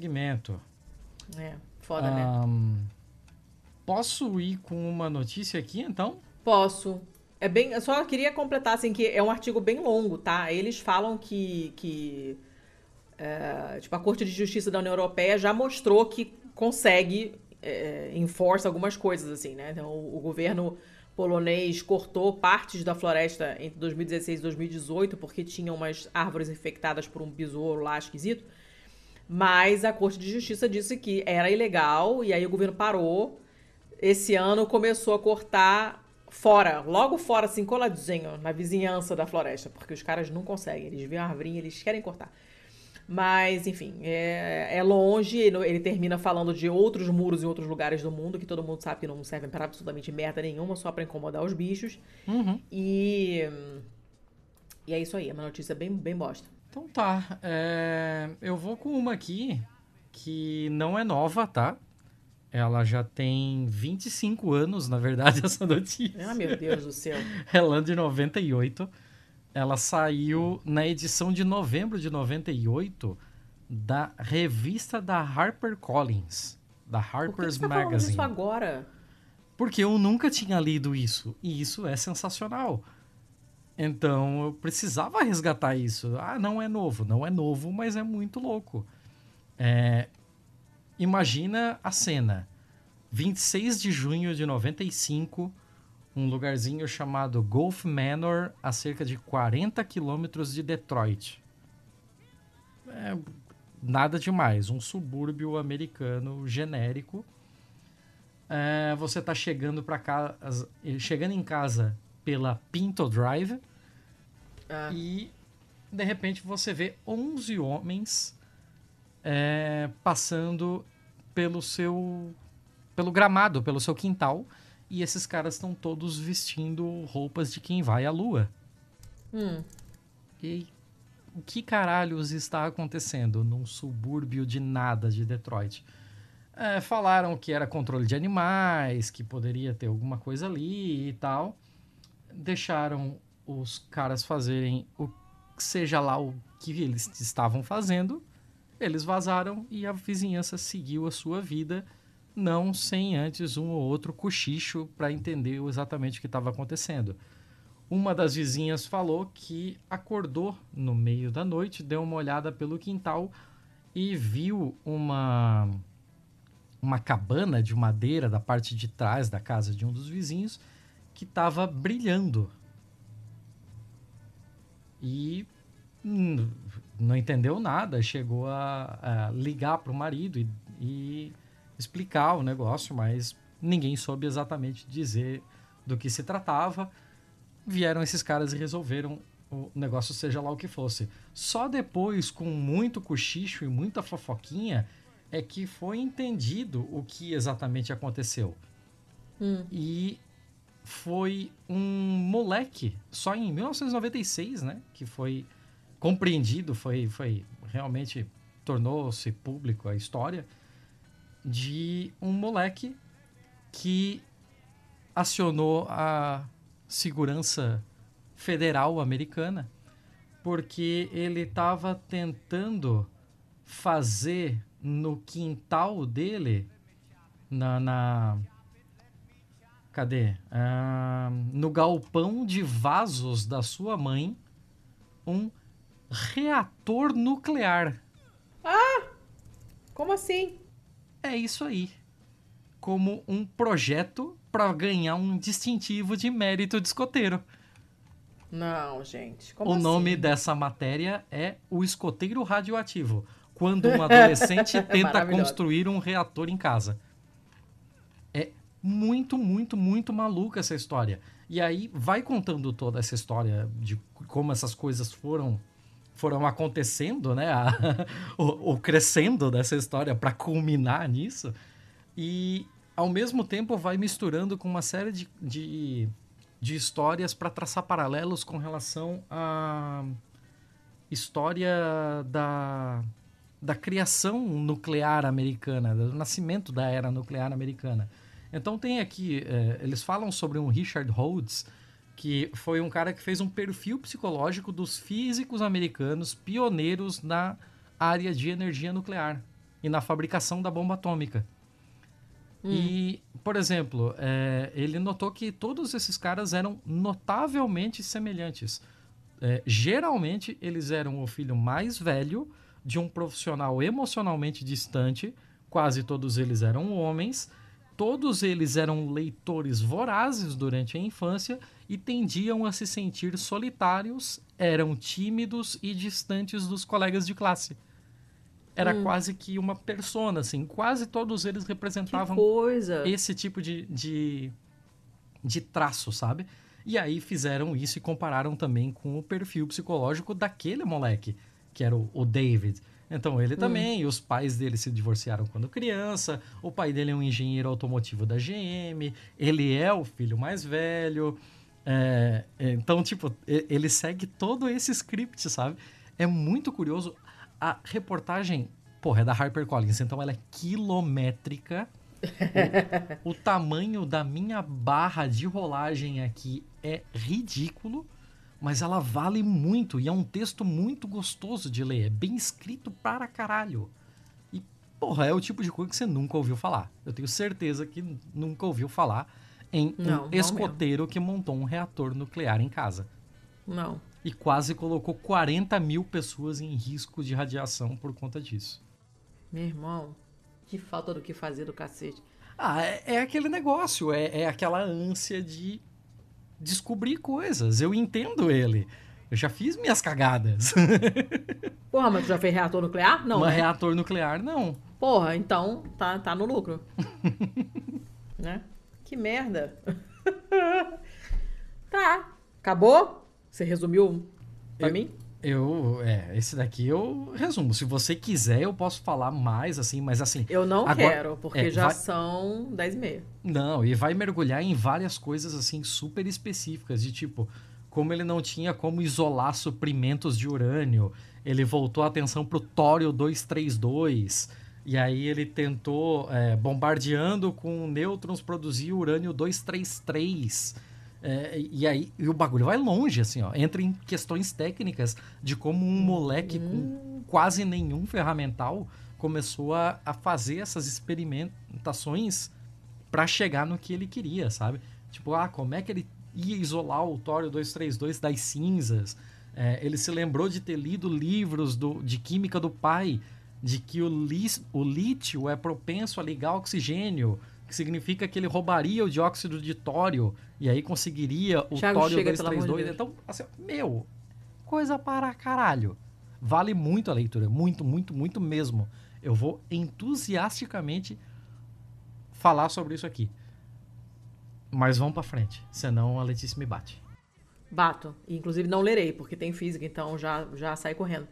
Foda, né? Posso ir com uma notícia aqui, então? Posso. Eu só queria completar, assim, que é um artigo bem longo, tá? Eles falam que a Corte de Justiça da União Europeia já mostrou que consegue enforça algumas coisas, assim, né? Então, o governo polonês cortou partes da floresta entre 2016 e 2018 porque tinha umas árvores infectadas por um besouro lá esquisito, mas a Corte de Justiça disse que era ilegal e aí o governo parou. Esse ano começou a cortar logo fora, assim, coladinho, na vizinhança da floresta, porque os caras não conseguem, eles veem a arvorinha, eles querem cortar. Mas, enfim, é longe. Ele termina falando de outros muros em outros lugares do mundo que todo mundo sabe que não servem para absolutamente merda nenhuma, só para incomodar os bichos. E é isso aí, é uma notícia bem, bem bosta. Então tá, eu vou com uma aqui que não é nova, tá? ela já tem 25 anos, na verdade, essa notícia. Ah, meu Deus do céu. Ela é de 98. Ela saiu na edição de novembro de 98 da revista da HarperCollins, da Harper's Por que você tá falando Magazine. disso agora? Porque eu nunca tinha lido isso, e isso é sensacional. Então eu precisava resgatar isso. Ah, não é novo, mas é muito louco. Imagina a cena. 26 de junho de 95, um lugarzinho chamado Gulf Manor, a cerca de 40 quilômetros de Detroit. Nada demais, um subúrbio americano genérico. Você está chegando em casa pela Pinto Drive e de repente você vê 11 homens passando pelo gramado, pelo seu quintal, e esses caras estão todos vestindo roupas de quem vai à lua. E o que caralhos está acontecendo num subúrbio de nada de Detroit? Falaram que era controle de animais, que poderia ter alguma coisa ali e tal. Deixaram os caras fazerem seja lá o que eles estavam fazendo. Eles vazaram e a vizinhança seguiu a sua vida, não sem antes um ou outro cochicho para entender exatamente o que estava acontecendo. Uma das vizinhas falou que acordou no meio da noite, deu uma olhada pelo quintal e viu uma cabana de madeira da parte de trás da casa de um dos vizinhos que estava brilhando. E não entendeu nada, chegou a ligar para o marido e explicar o negócio, mas ninguém soube exatamente dizer do que se tratava. Vieram esses caras e resolveram o negócio, seja lá o que fosse. Só depois, com muito cochicho e muita fofoquinha, é que foi entendido o que exatamente aconteceu. E foi um moleque, só em 1996, né, que foi compreendido, foi realmente tornou-se público a história de um moleque que acionou a segurança federal americana porque ele estava tentando fazer no quintal dele, cadê? No galpão de vasos da sua mãe, um reator nuclear. Como assim? É isso aí. Como um projeto para ganhar um distintivo de mérito de escoteiro. Não, gente. Como O assim? nome dessa matéria é O Escoteiro Radioativo. Quando um adolescente tenta construir um reator em casa. É muito, muito, muito maluca essa história. E aí vai contando toda essa história de como essas coisas foram acontecendo, né? O crescendo dessa história para culminar nisso. E, ao mesmo tempo, vai misturando com uma série de histórias para traçar paralelos com relação à história da criação nuclear americana, do nascimento da era nuclear americana. Então tem aqui, eles falam sobre um Richard Rhodes, que foi um cara que fez um perfil psicológico dos físicos americanos pioneiros na área de energia nuclear e na fabricação da bomba atômica. E, por exemplo, ele notou que todos esses caras eram notavelmente semelhantes. Geralmente, eles eram o filho mais velho de um profissional emocionalmente distante, quase todos eles eram homens, todos eles eram leitores vorazes durante a infância e tendiam a se sentir solitários, eram tímidos e distantes dos colegas de classe. Era quase que uma persona, assim. Quase todos eles representavam esse tipo de traço, sabe? E aí fizeram isso e compararam também com o perfil psicológico daquele moleque, que era o David. Então ele também, os pais dele se divorciaram quando criança, o pai dele é um engenheiro automotivo da GM, ele é o filho mais velho. Então, tipo, ele segue todo esse script, sabe? É muito curioso. A reportagem, é da HarperCollins, então ela é quilométrica. O tamanho da minha barra de rolagem aqui é ridículo, mas ela vale muito e é um texto muito gostoso de ler. É bem escrito para caralho. E, porra, é o tipo de coisa que você nunca ouviu falar. Eu tenho certeza que nunca ouviu falar em um escoteiro que montou um reator nuclear em casa. Não. E quase colocou 40 mil pessoas em risco de radiação por conta disso. Meu irmão, que falta do que fazer do cacete. É aquele negócio, é aquela ânsia de descobrir coisas. Eu entendo ele. Eu já fiz minhas cagadas. Porra, mas tu já fez reator nuclear? Não, Mas né? reator nuclear, não. Porra, então tá no lucro. Né? Que merda. Tá. Acabou? Você resumiu pra mim? Esse daqui eu resumo. Se você quiser, eu posso falar mais, assim, mas assim... Eu não agora, quero, porque já são 10h30. Não, e vai mergulhar em várias coisas, assim, super específicas, de tipo, como ele não tinha como isolar suprimentos de urânio, ele voltou a atenção pro tório 232, e aí ele tentou, bombardeando com nêutrons, produzir urânio 233... e o bagulho vai longe, assim, ó. Entra em questões técnicas de como um moleque com quase nenhum ferramental começou a fazer essas experimentações para chegar no que ele queria, sabe? Tipo, como é que ele ia isolar o tório 232 das cinzas? Ele se lembrou de ter lido livros de química do pai, de que o lítio é propenso a ligar oxigênio, que significa que ele roubaria o dióxido de tório e aí conseguiria o Thiago, tório chega, 232. Então, assim, coisa para caralho. Vale muito a leitura, muito, muito, muito mesmo. Eu vou entusiasticamente falar sobre isso aqui. Mas vamos para frente, senão a Letícia me bate. Bato. Inclusive não lerei, porque tem física, então já sai correndo.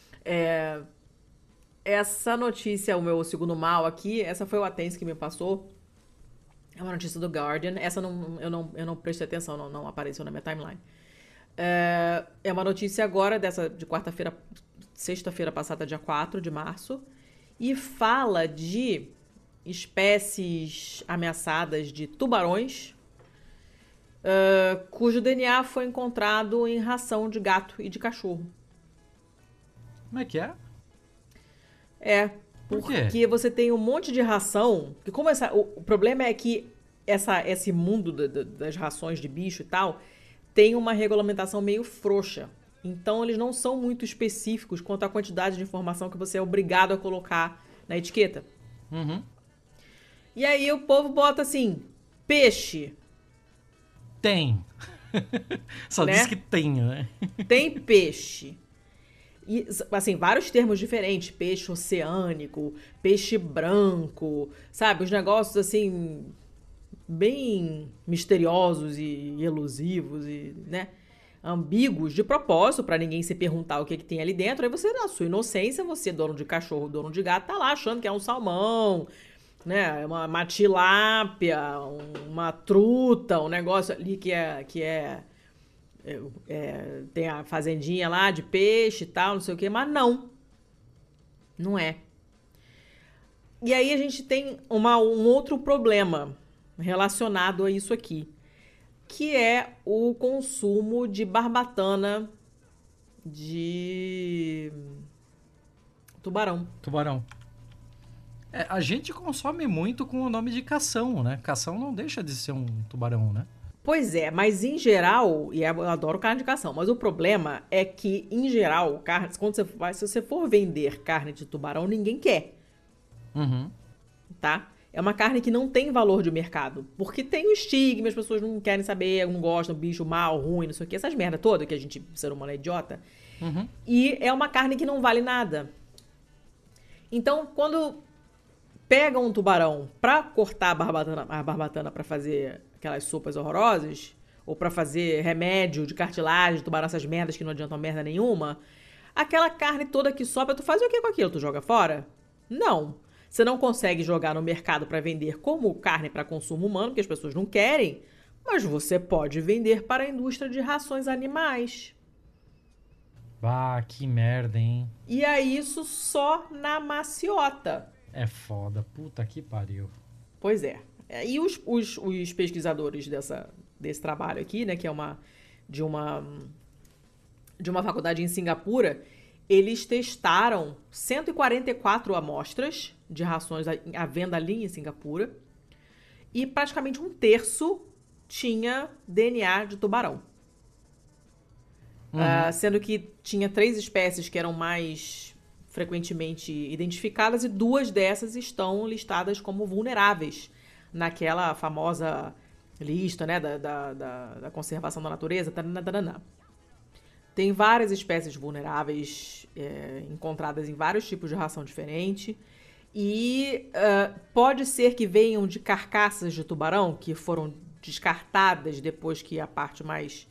Essa notícia, o meu segundo mal aqui, essa foi o Atense que me passou. É uma notícia do Guardian. Essa eu não prestei atenção, não apareceu na minha timeline. É uma notícia agora, de sexta-feira passada, dia 4 de março, e fala de espécies ameaçadas de tubarões, cujo DNA foi encontrado em ração de gato e de cachorro. Como é que é? Porque você tem um monte de ração. Que como o problema é que esse mundo das rações de bicho e tal tem uma regulamentação meio frouxa. Então, eles não são muito específicos quanto à quantidade de informação que você é obrigado a colocar na etiqueta. Uhum. E aí o povo bota assim, peixe. Tem. Só diz que tem, né? Tem peixe. E, assim, vários termos diferentes. Peixe oceânico, peixe branco, sabe? Os negócios, assim, bem misteriosos e elusivos e, né? Ambíguos de propósito, pra ninguém se perguntar o que tem ali dentro. Aí você, na sua inocência, você, dono de cachorro, dono de gato, tá lá achando que é um salmão, né? Uma tilápia, uma truta, um negócio ali que tem a fazendinha lá de peixe e tal, não sei o que, mas não é. E aí a gente tem um outro problema relacionado a isso aqui, que é o consumo de barbatana de tubarão. A gente consome muito com o nome de cação, né? Cação não deixa de ser um tubarão, né? Pois é, mas em geral, e eu adoro carne de cação, mas o problema é que, em geral, se você for vender carne de tubarão, ninguém quer. Uhum. Tá? É uma carne que não tem valor de mercado, porque tem o estigma, as pessoas não querem saber, não gostam, bicho mal, ruim, não sei o que, essas merda toda que o ser humano é idiota. Uhum. E é uma carne que não vale nada. Então, quando pegam um tubarão pra cortar a barbatana pra fazer aquelas sopas horrorosas, ou pra fazer remédio de cartilagem, tubarão, essas merdas que não adiantam merda nenhuma, aquela carne toda que sobra, tu faz o que com aquilo? Tu joga fora? Não. Você não consegue jogar no mercado pra vender como carne pra consumo humano, porque as pessoas não querem, mas você pode vender para a indústria de rações animais. Ah, que merda, hein? E é isso só na maciota. É foda, puta que pariu. Pois é. E os pesquisadores desse trabalho aqui, né, que é de uma faculdade em Singapura, eles testaram 144 amostras de rações à venda ali em Singapura e praticamente um terço tinha DNA de tubarão. Sendo que tinha 3 espécies que eram mais frequentemente identificadas e 2 dessas estão listadas como vulneráveis naquela famosa lista, né, da conservação da natureza. Tem várias espécies vulneráveis encontradas em vários tipos de ração diferente e pode ser que venham de carcaças de tubarão que foram descartadas depois que a parte mais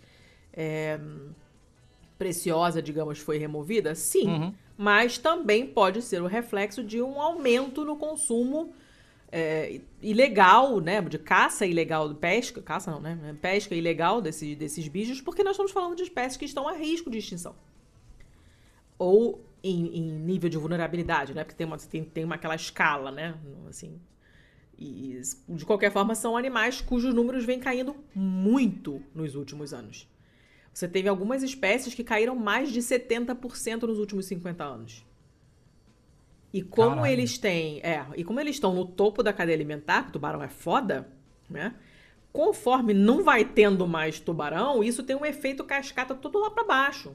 preciosa, digamos, foi removida. Sim, mas também pode ser o reflexo de um aumento no consumo ilegal, né, de caça ilegal, de pesca, caça não, né, pesca ilegal desses bichos, porque nós estamos falando de espécies que estão a risco de extinção. Ou em nível de vulnerabilidade, né, porque tem aquela escala, né, assim. E, de qualquer forma, são animais cujos números vêm caindo muito nos últimos anos. Você teve algumas espécies que caíram mais de 70% nos últimos 50 anos. E como eles estão no topo da cadeia alimentar, porque o tubarão é foda, né? Conforme não vai tendo mais tubarão, isso tem um efeito cascata todo lá pra baixo.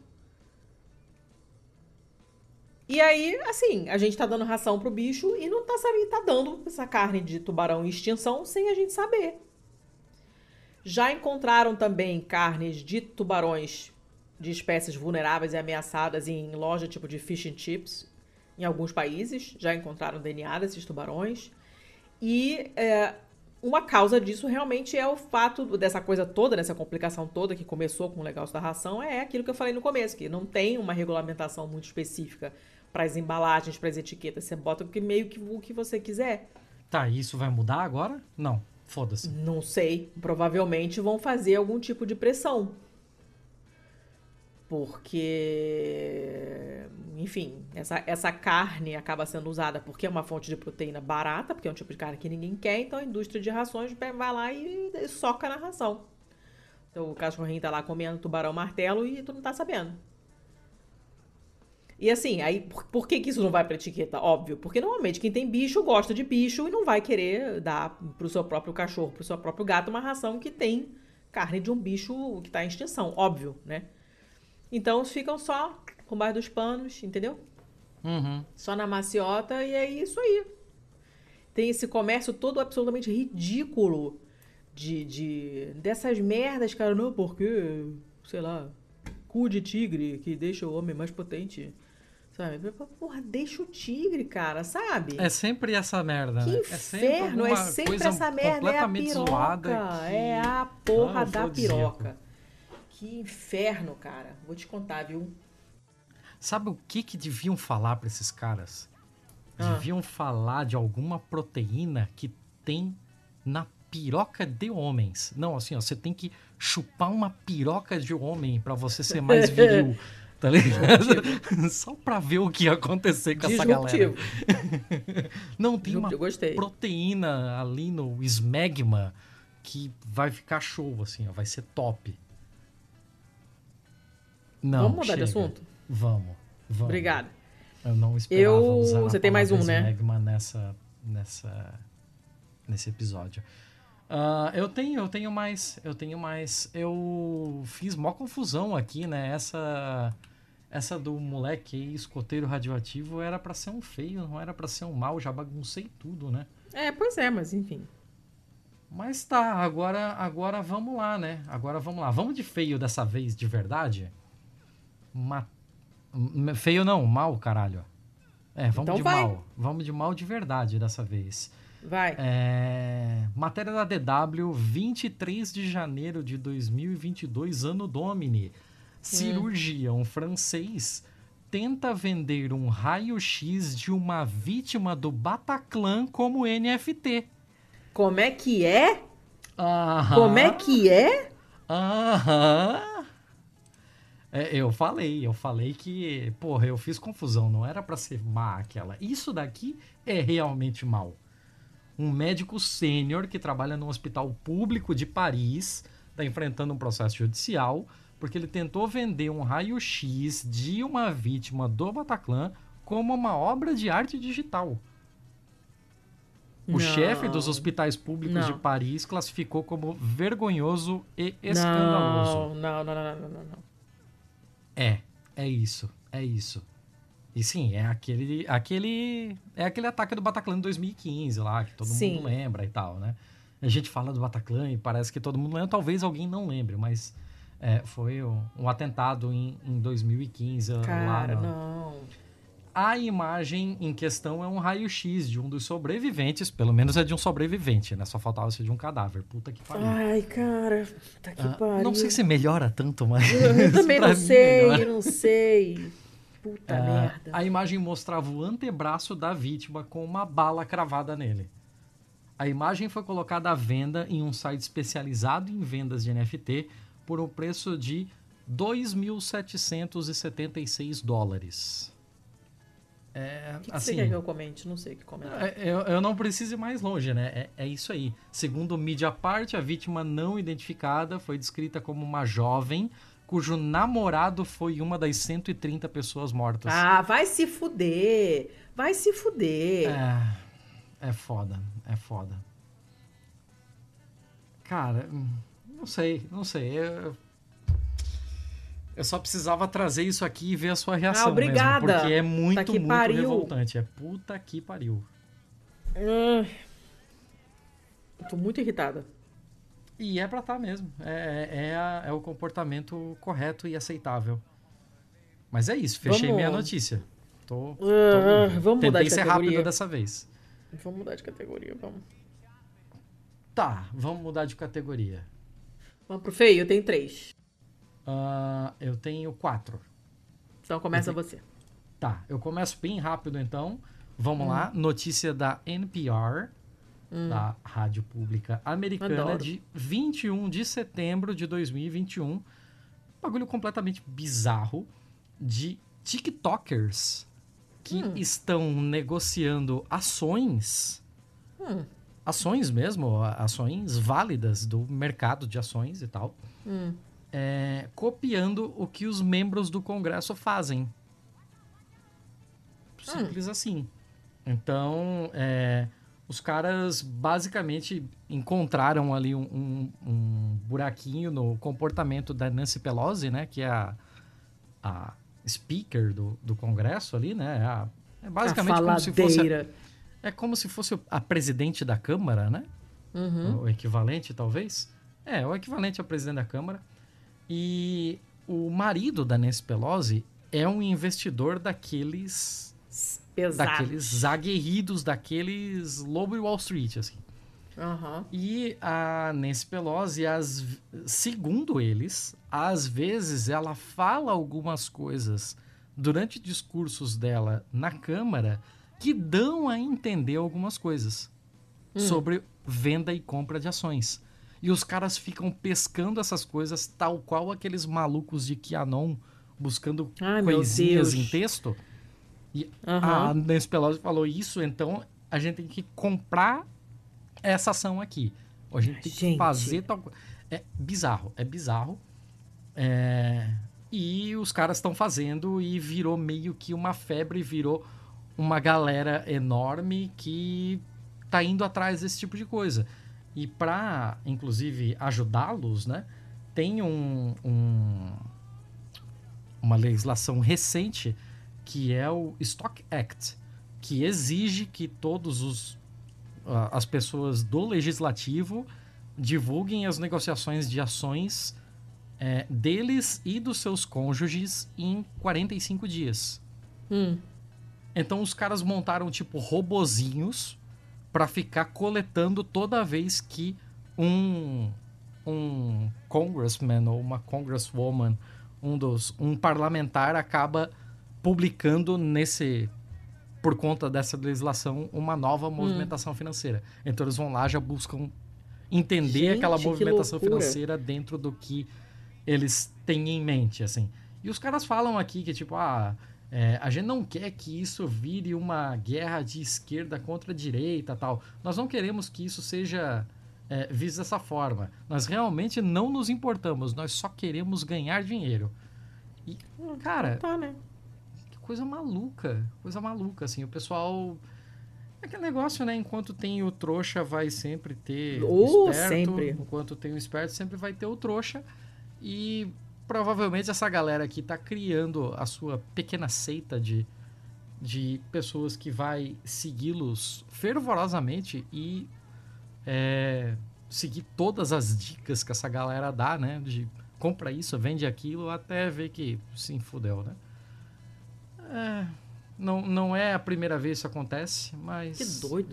E aí, assim, a gente tá dando ração pro bicho e não tá sabendo, tá dando essa carne de tubarão em extinção sem a gente saber. Já encontraram também carnes de tubarões de espécies vulneráveis e ameaçadas em loja tipo de fish and chips. Em alguns países já encontraram DNA desses tubarões. E uma causa disso realmente é o fato dessa coisa toda, dessa complicação toda que começou com o negócio da ração, é aquilo que eu falei no começo, que não tem uma regulamentação muito específica para as embalagens, para as etiquetas. Você bota meio que o que você quiser. Tá, e isso vai mudar agora? Não, foda-se. Não sei. Provavelmente vão fazer algum tipo de pressão. Porque, enfim, essa carne acaba sendo usada porque é uma fonte de proteína barata, porque é um tipo de carne que ninguém quer, então a indústria de rações vai lá e soca na ração. Então o cachorrinho tá lá comendo tubarão martelo e tu não tá sabendo. E assim, aí por que isso não vai pra etiqueta? Óbvio, porque normalmente quem tem bicho gosta de bicho e não vai querer dar pro seu próprio cachorro, pro seu próprio gato, uma ração que tem carne de um bicho que tá em extinção, óbvio, né? Então ficam só com baixo dos panos, entendeu? Só na maciota e é isso aí. Tem esse comércio todo absolutamente ridículo dessas merdas, cara. Não, porque, sei lá, cu de tigre que deixa o homem mais potente. Sabe? Porra, deixa o tigre, cara, sabe? É sempre essa merda, que né? inferno, é sempre essa merda, é a piroca. É a porra da piroca. Que inferno, cara. Vou te contar, viu? Sabe o que deviam falar pra esses caras? Deviam falar de alguma proteína que tem na piroca de homens. Não, assim, ó, você tem que chupar uma piroca de homem pra você ser mais viril. Tá ligado? Só pra ver o que ia acontecer com essa galera. Não, tem uma proteína ali no esmegma que vai ficar show, assim, ó, vai ser top. Não, vamos mudar de assunto? Vamos. Obrigada. Eu não esperava usar Você tem mais um, né? esmegma nesse episódio. Eu tenho mais. Eu fiz mó confusão aqui, né? Essa do moleque aí, escoteiro radioativo, era pra ser um feio, não era pra ser um mal. Já baguncei tudo, né? Pois é, mas enfim. Mas tá, agora vamos lá, né? Vamos de feio dessa vez, de verdade? Feio não, mal, caralho. Vamos então de mal. Vamos de mal de verdade dessa vez. Vai. Matéria da DW, 23 de janeiro de 2022, ano Domini. Cirurgião francês tenta vender um raio-x de uma vítima do Bataclan como NFT. Como é que é? Como é que é? Eu falei que, porra, eu fiz confusão, não era pra ser má aquela. Isso daqui é realmente mal. um médico sênior que trabalha num hospital público de Paris, está enfrentando um processo judicial porque ele tentou vender um raio-x de uma vítima do Bataclan como uma obra de arte digital. O chefe dos hospitais públicos de Paris classificou como vergonhoso e escandaloso. Não. É isso. E sim, é aquele ataque do Bataclan de 2015 lá, que todo mundo lembra e tal, né? A gente fala do Bataclan e parece que todo mundo lembra, talvez alguém não lembre, mas foi um atentado em 2015. Cara, lá não. A imagem em questão é um raio-x de um dos sobreviventes, pelo menos é de um sobrevivente, né? Só faltava ser de um cadáver. Puta que pariu. Ai, cara, puta que pariu. Não sei se melhora tanto, mas... Eu também não sei. Puta merda. A imagem mostrava o antebraço da vítima com uma bala cravada nele. A imagem foi colocada à venda em um site especializado em vendas de NFT por um preço de $2.776. O que você quer que eu comente? Não sei o que comentar. Eu não preciso ir mais longe, né? É isso aí. Segundo o Mediapart, a vítima não identificada foi descrita como uma jovem cujo namorado foi uma das 130 pessoas mortas. Ah, vai se fuder. Vai se fuder. É foda. Cara, não sei. Eu só precisava trazer isso aqui e ver a sua reação obrigada. mesmo. Porque é muito pariu. revoltante. É puta que pariu. Eu tô muito irritada. E é pra estar mesmo. É o comportamento correto e aceitável. Mas é isso. Fechei minha notícia. Vamos mudar de categoria. Tentei ser rápido dessa vez. Vamos mudar de categoria, vamos. Tá, vamos mudar de categoria. Vamos pro feio, eu tenho 3. Eu tenho 4. Então começa você. Tá, eu começo bem rápido então. Vamos lá. Notícia da NPR, da Rádio Pública Americana, Adoro. de 21 de setembro de 2021. Um bagulho completamente bizarro de TikTokers que estão negociando ações. Ações mesmo, ações válidas do mercado de ações e tal. Copiando o que os membros do Congresso fazem. Simples assim. Então, os caras basicamente encontraram ali um buraquinho no comportamento da Nancy Pelosi, né? Que é a speaker do Congresso ali, né? É basicamente como se fosse... É como se fosse a presidente da Câmara, né? O equivalente, talvez. O equivalente ao presidente da Câmara. E o marido da Nancy Pelosi é um investidor daqueles... Pesados. Daqueles aguerridos, daqueles lobo de Wall Street, assim. E a Nancy Pelosi, segundo eles, às vezes ela fala algumas coisas durante discursos dela na Câmara que dão a entender algumas coisas sobre venda e compra de ações. E os caras ficam pescando essas coisas tal qual aqueles malucos de QAnon buscando coisinhas em texto. E a Nancy Pelosi falou isso, então a gente tem que comprar essa ação aqui. Ou a gente tem que fazer tal coisa. É bizarro. E os caras estão fazendo e virou meio que uma febre, virou uma galera enorme que tá indo atrás desse tipo de coisa. E para, inclusive, ajudá-los, né, tem uma legislação recente que é o Stock Act, que exige que todos as pessoas do legislativo divulguem as negociações de ações deles e dos seus cônjuges em 45 dias. Então os caras montaram tipo robozinhos para ficar coletando toda vez que um congressman ou uma congresswoman, um parlamentar acaba publicando por conta dessa legislação, uma nova movimentação financeira. Então eles vão lá, já buscam entender aquela movimentação financeira dentro do que eles têm em mente, assim. E os caras falam aqui que, tipo, A gente não quer que isso vire uma guerra de esquerda contra direita tal. Nós não queremos que isso seja visto dessa forma. Nós realmente não nos importamos. Nós só queremos ganhar dinheiro. E, cara, Tá, né? que coisa maluca. Coisa maluca, assim. O pessoal... É aquele negócio, né? Enquanto tem o trouxa, vai sempre ter o esperto. Sempre. Enquanto tem o esperto, sempre vai ter o trouxa. E provavelmente essa galera aqui tá criando a sua pequena seita de pessoas que vai segui-los fervorosamente e seguir todas as dicas que essa galera dá, né? De compra isso, vende aquilo, até ver que se infudeu, né? Não é a primeira vez que isso acontece, mas... Que doido.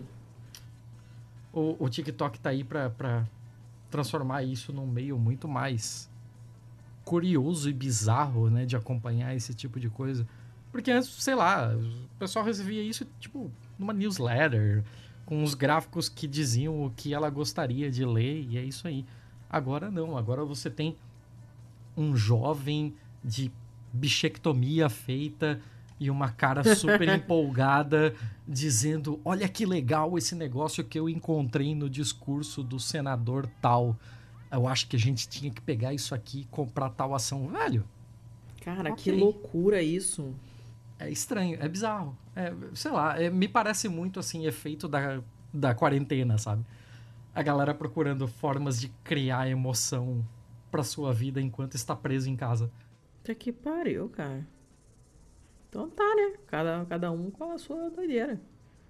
O TikTok tá aí pra transformar isso num meio muito mais curioso e bizarro, né? De acompanhar esse tipo de coisa. Porque antes, sei lá, o pessoal recebia isso, tipo, numa newsletter, com os gráficos que diziam o que ela gostaria de ler, e é isso aí. Agora não, agora você tem um jovem de bichectomia feita e uma cara super empolgada dizendo, olha que legal esse negócio que eu encontrei no discurso do senador tal. Eu acho que a gente tinha que pegar isso aqui e comprar tal ação. Velho. Cara, Ok. que loucura isso. É estranho, é bizarro. Sei lá, me parece muito assim, efeito da quarentena, sabe? A galera procurando formas de criar emoção pra sua vida enquanto está preso em casa. Até que pariu, cara. Então tá, né? Cada um com a sua doideira.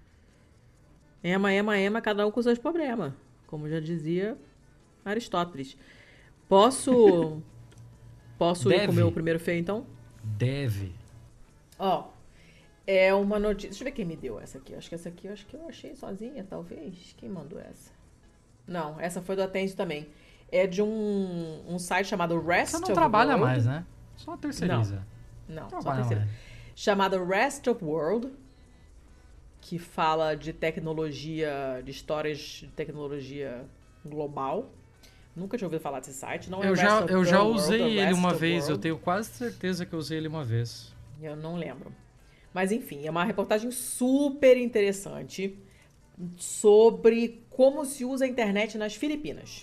Ema, cada um com os seus problemas. Como já dizia Aristóteles. Posso ir com o meu primeiro feio, então? Deve. Ó, é uma notícia... Deixa eu ver quem me deu essa aqui. Acho que essa aqui eu achei sozinha, talvez. Quem mandou essa? Não, essa foi do Atende também. É de um site chamado Rest Você não of trabalha World. mais, né? Só terceiriza. Não, só Trabalha terceira. mais. Chamado Rest of World, que fala de tecnologia, de histórias de tecnologia global. Nunca tinha ouvido falar desse site. Não é Eu Rest of já the World, usei é ele Rest uma of vez, eu World. tenho quase certeza que eu usei ele uma vez. Eu não lembro. Mas enfim, é uma reportagem super interessante sobre como se usa a internet nas Filipinas.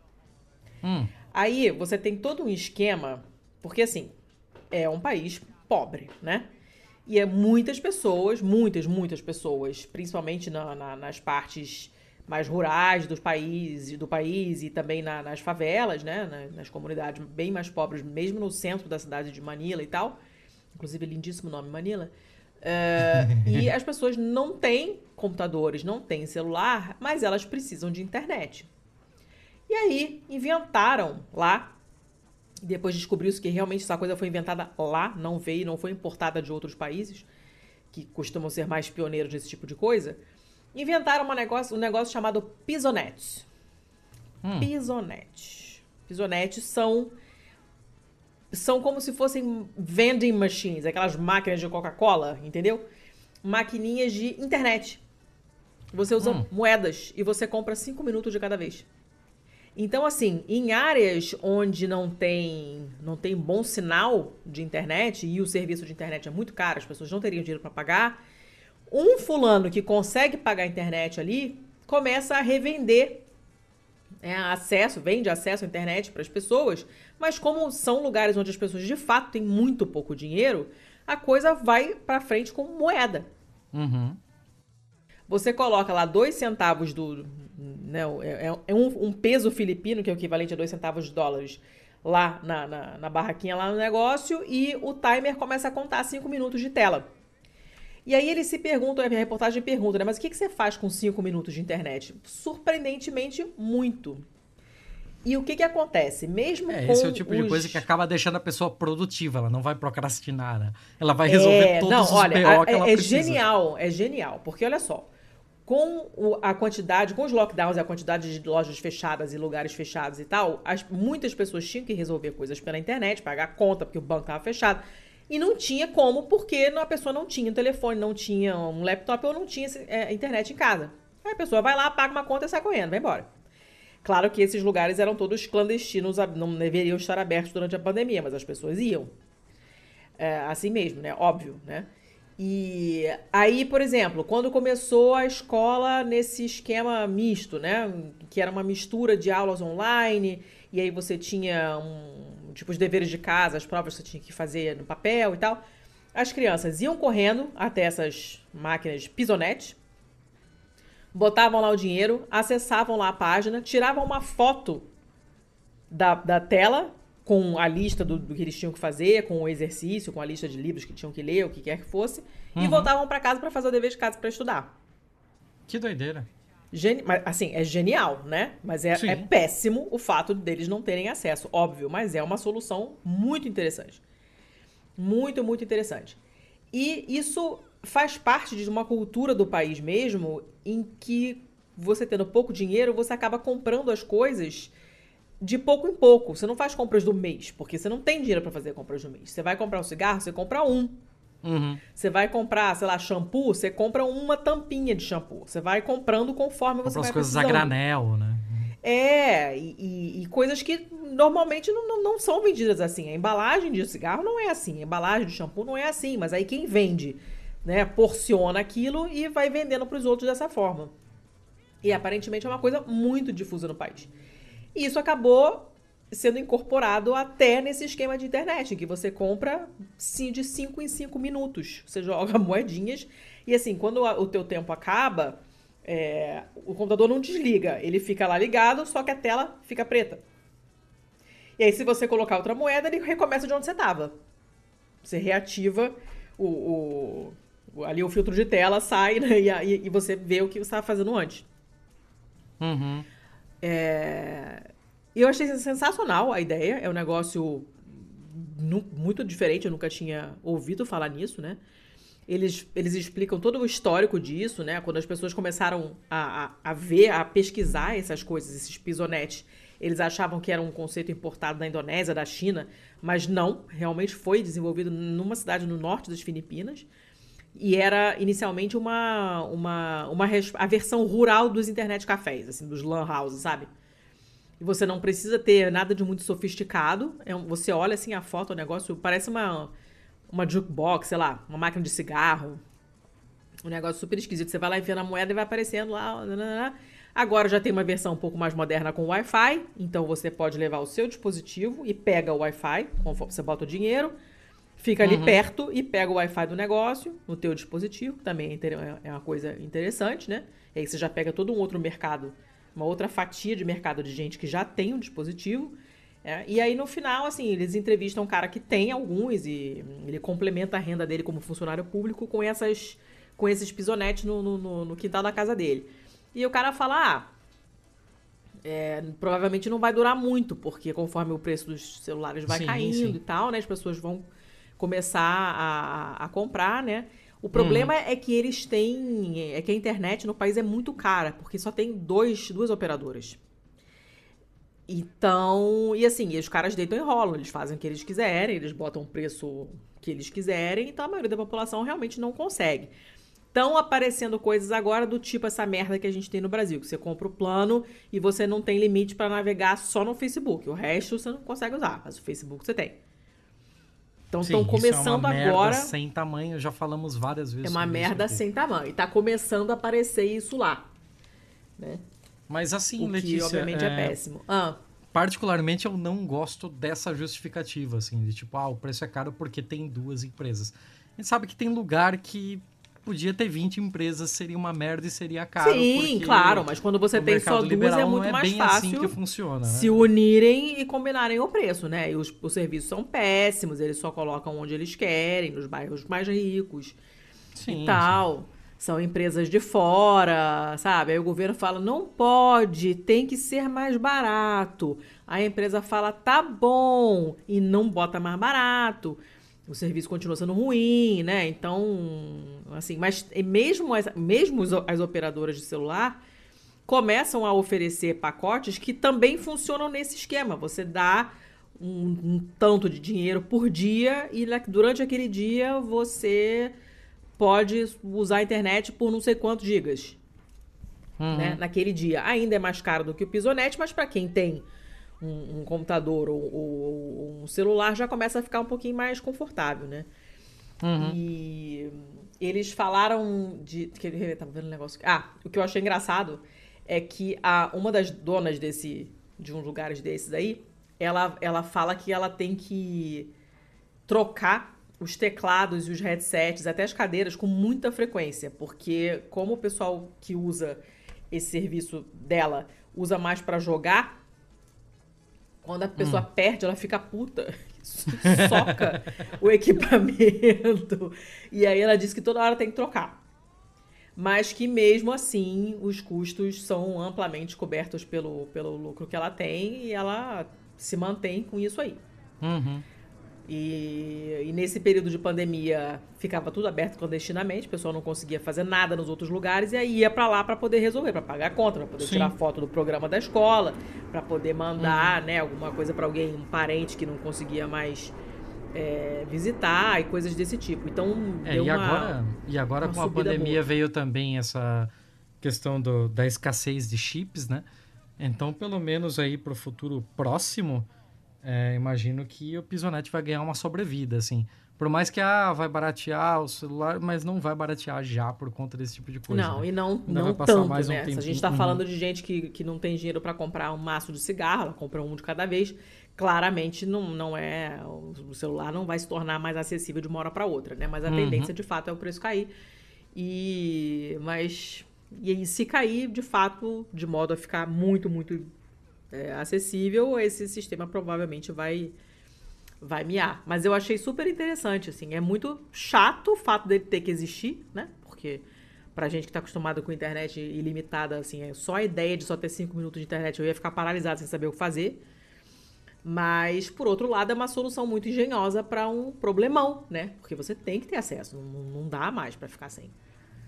Aí você tem todo um esquema, porque assim, é um país pobre, né? E é muitas pessoas, muitas pessoas, principalmente nas partes mais rurais do país e também nas favelas, né? Nas comunidades bem mais pobres, mesmo no centro da cidade de Manila e tal. Inclusive, lindíssimo nome, Manila. E as pessoas não têm computadores, não têm celular, mas elas precisam de internet. E aí, inventaram lá, e depois descobriu-se que realmente essa coisa foi inventada lá, não foi importada de outros países, que costumam ser mais pioneiros nesse tipo de coisa. Inventaram um negócio chamado Pisonet. Pisonet são como se fossem vending machines, aquelas máquinas de Coca-Cola, entendeu? Maquininhas de internet. Você usa moedas e você compra 5 minutos de cada vez. Então, assim, em áreas onde não tem bom sinal de internet e o serviço de internet é muito caro, as pessoas não teriam dinheiro para pagar, um fulano que consegue pagar a internet ali começa a revender vende acesso à internet para as pessoas, mas como são lugares onde as pessoas de fato têm muito pouco dinheiro, a coisa vai para frente com moeda. Você coloca lá 2 centavos um peso filipino, que é o equivalente a 2 centavos de dólares, lá na barraquinha, lá no negócio, e o timer começa a contar 5 minutos de tela. E aí eles se perguntam, a reportagem pergunta, né? Mas o que você faz com 5 minutos de internet? Surpreendentemente, muito. E o que acontece? Mesmo com esse é o tipo de coisa que acaba deixando a pessoa produtiva, ela não vai procrastinar, né? Ela vai resolver todos os BO que ela precisa. É genial, porque olha só, com os lockdowns e a quantidade de lojas fechadas e lugares fechados e tal, muitas pessoas tinham que resolver coisas pela internet, pagar conta, porque o banco estava fechado. E não tinha como, porque a pessoa não tinha um telefone, não tinha um laptop ou não tinha internet em casa. Aí a pessoa vai lá, paga uma conta e sai correndo, vai embora. Claro que esses lugares eram todos clandestinos, não deveriam estar abertos durante a pandemia, mas as pessoas iam. assim mesmo, né? Óbvio, né? E aí, por exemplo, quando começou a escola nesse esquema misto, né? Que era uma mistura de aulas online, e aí você tinha tipo, os deveres de casa, as provas que você tinha que fazer no papel e tal. As crianças iam correndo até essas máquinas Pisonet, botavam lá o dinheiro, acessavam lá a página, tiravam uma foto da tela com a lista do que eles tinham que fazer, com o exercício, com a lista de livros que tinham que ler, o que quer que fosse, e voltavam para casa para fazer o dever de casa para estudar. Que doideira. Mas, assim, é genial, né? Mas é péssimo o fato deles não terem acesso, óbvio, mas é uma solução muito interessante. Muito, muito interessante. E isso faz parte de uma cultura do país mesmo, em que você tendo pouco dinheiro, você acaba comprando as coisas de pouco em pouco. Você não faz compras do mês, porque você não tem dinheiro para fazer compras do mês. Você vai comprar um cigarro, você compra um. Você vai comprar, sei lá, shampoo, você compra uma tampinha de shampoo. Você vai comprando conforme você vai precisando. Compra as coisas a granel, né? E coisas que normalmente não são vendidas assim. A embalagem de cigarro não é assim, a embalagem de shampoo não é assim, mas aí quem vende, né, porciona aquilo e vai vendendo para os outros dessa forma. E aparentemente é uma coisa muito difusa no país. E isso acabou sendo incorporado até nesse esquema de internet, que você compra de 5 em 5 minutos. Você joga moedinhas e assim, quando o teu tempo acaba, o computador não desliga. Ele fica lá ligado, só que a tela fica preta. E aí, se você colocar outra moeda, ele recomeça de onde você estava. Você reativa ali o filtro de tela, sai, né, e você vê o que você estava fazendo antes. E eu achei sensacional a ideia. É um negócio muito diferente. Eu nunca tinha ouvido falar nisso, né? Eles explicam todo o histórico disso, né? Quando as pessoas começaram a ver, a pesquisar essas coisas, esses pisonetes, eles achavam que era um conceito importado da Indonésia, da China, mas não. Realmente foi desenvolvido numa cidade no norte das Filipinas. E era, inicialmente, a versão rural dos internet cafés, assim, dos lan houses, sabe? E você não precisa ter nada de muito sofisticado. Você olha, assim, a foto, o negócio parece uma jukebox, sei lá, uma máquina de cigarro. Um negócio super esquisito. Você vai lá enfiando a moeda e vai aparecendo lá. Agora já tem uma versão um pouco mais moderna com Wi-Fi. Então você pode levar o seu dispositivo e pega o Wi-Fi. Você bota o dinheiro, fica ali perto e pega o Wi-Fi do negócio no teu dispositivo. Também é uma coisa interessante, né? E aí você já pega todo um outro mercado, uma outra fatia de mercado de gente que já tem um dispositivo. E aí, no final, assim, eles entrevistam um cara que tem alguns e ele complementa a renda dele como funcionário público com esses pisonetes no quintal da casa dele. E o cara fala, provavelmente não vai durar muito, porque conforme o preço dos celulares vai caindo e tal, né? As pessoas vão começar a comprar, né? O problema é que eles têm... É que a internet no país é muito cara, porque só tem duas operadoras. Então, e assim, os caras deitam e rolam, eles fazem o que eles quiserem, eles botam o preço que eles quiserem, então a maioria da população realmente não consegue. Estão aparecendo coisas agora do tipo essa merda que a gente tem no Brasil, que você compra o plano e você não tem limite para navegar só no Facebook, o resto você não consegue usar, mas o Facebook você tem. Então estão começando agora... É uma merda sem tamanho, já falamos várias vezes. É uma merda sem tamanho, e tá começando a aparecer isso lá, né? Mas assim, o Letícia... que obviamente é péssimo. Particularmente eu não gosto dessa justificativa, assim, de tipo, o preço é caro porque tem duas empresas. A gente sabe que tem lugar que podia ter 20 empresas, seria uma merda e seria caro. Sim, claro, mas quando você tem só duas é muito mais fácil assim que funciona, se unirem e combinarem o preço, né? E os serviços são péssimos, eles só colocam onde eles querem, nos bairros mais ricos e tal. Sim. São empresas de fora, sabe? Aí o governo fala, não pode, tem que ser mais barato. Aí a empresa fala, tá bom, e não bota mais barato. O serviço continua sendo ruim, né? Então, assim, mas mesmo as operadoras de celular começam a oferecer pacotes que também funcionam nesse esquema. Você dá um tanto de dinheiro por dia e durante aquele dia você pode usar a internet por não sei quantos gigas, né? Naquele dia. Ainda é mais caro do que o Pisonet, mas para quem tem um computador ou um celular, já começa a ficar um pouquinho mais confortável, né? E eles falaram de... Tava vendo um negócio... o que eu achei engraçado é que uma das donas de uns lugares desses aí, ela fala que ela tem que trocar os teclados e os headsets, até as cadeiras, com muita frequência, porque como o pessoal que usa esse serviço dela usa mais pra jogar, quando a pessoa perde, ela fica puta, soca o equipamento, e aí ela disse que toda hora tem que trocar. Mas que mesmo assim, os custos são amplamente cobertos pelo lucro que ela tem, e ela se mantém com isso aí. E nesse período de pandemia ficava tudo aberto clandestinamente, o pessoal não conseguia fazer nada nos outros lugares, e aí ia pra lá pra poder resolver, pra pagar a conta, pra poder tirar foto do programa da escola, pra poder mandar, né, alguma coisa pra alguém, um parente que não conseguia mais visitar e coisas desse tipo. Então, e agora com a pandemia veio também essa questão da escassez de chips, né? Então, pelo menos aí pro futuro próximo, imagino que o Pisonet vai ganhar uma sobrevida, assim. Por mais que vai baratear o celular, mas não vai baratear já por conta desse tipo de coisa. Não, né? e não vai passar tanto, mais né? tempo. Se a gente tá falando de gente que não tem dinheiro para comprar um maço de cigarro, ela compra um de cada vez, claramente não é... O celular não vai se tornar mais acessível de uma hora para outra, né? Mas a tendência, de fato, é o preço cair. E aí, se cair, de fato, de modo a ficar muito, muito acessível, esse sistema provavelmente vai miar. Mas eu achei super interessante, assim. É muito chato o fato dele ter que existir, né? Porque pra gente que tá acostumado com internet ilimitada, assim, só a ideia de só ter 5 minutos de internet, eu ia ficar paralisado sem saber o que fazer. Mas, por outro lado, é uma solução muito engenhosa para um problemão, né? Porque você tem que ter acesso, não dá mais para ficar sem.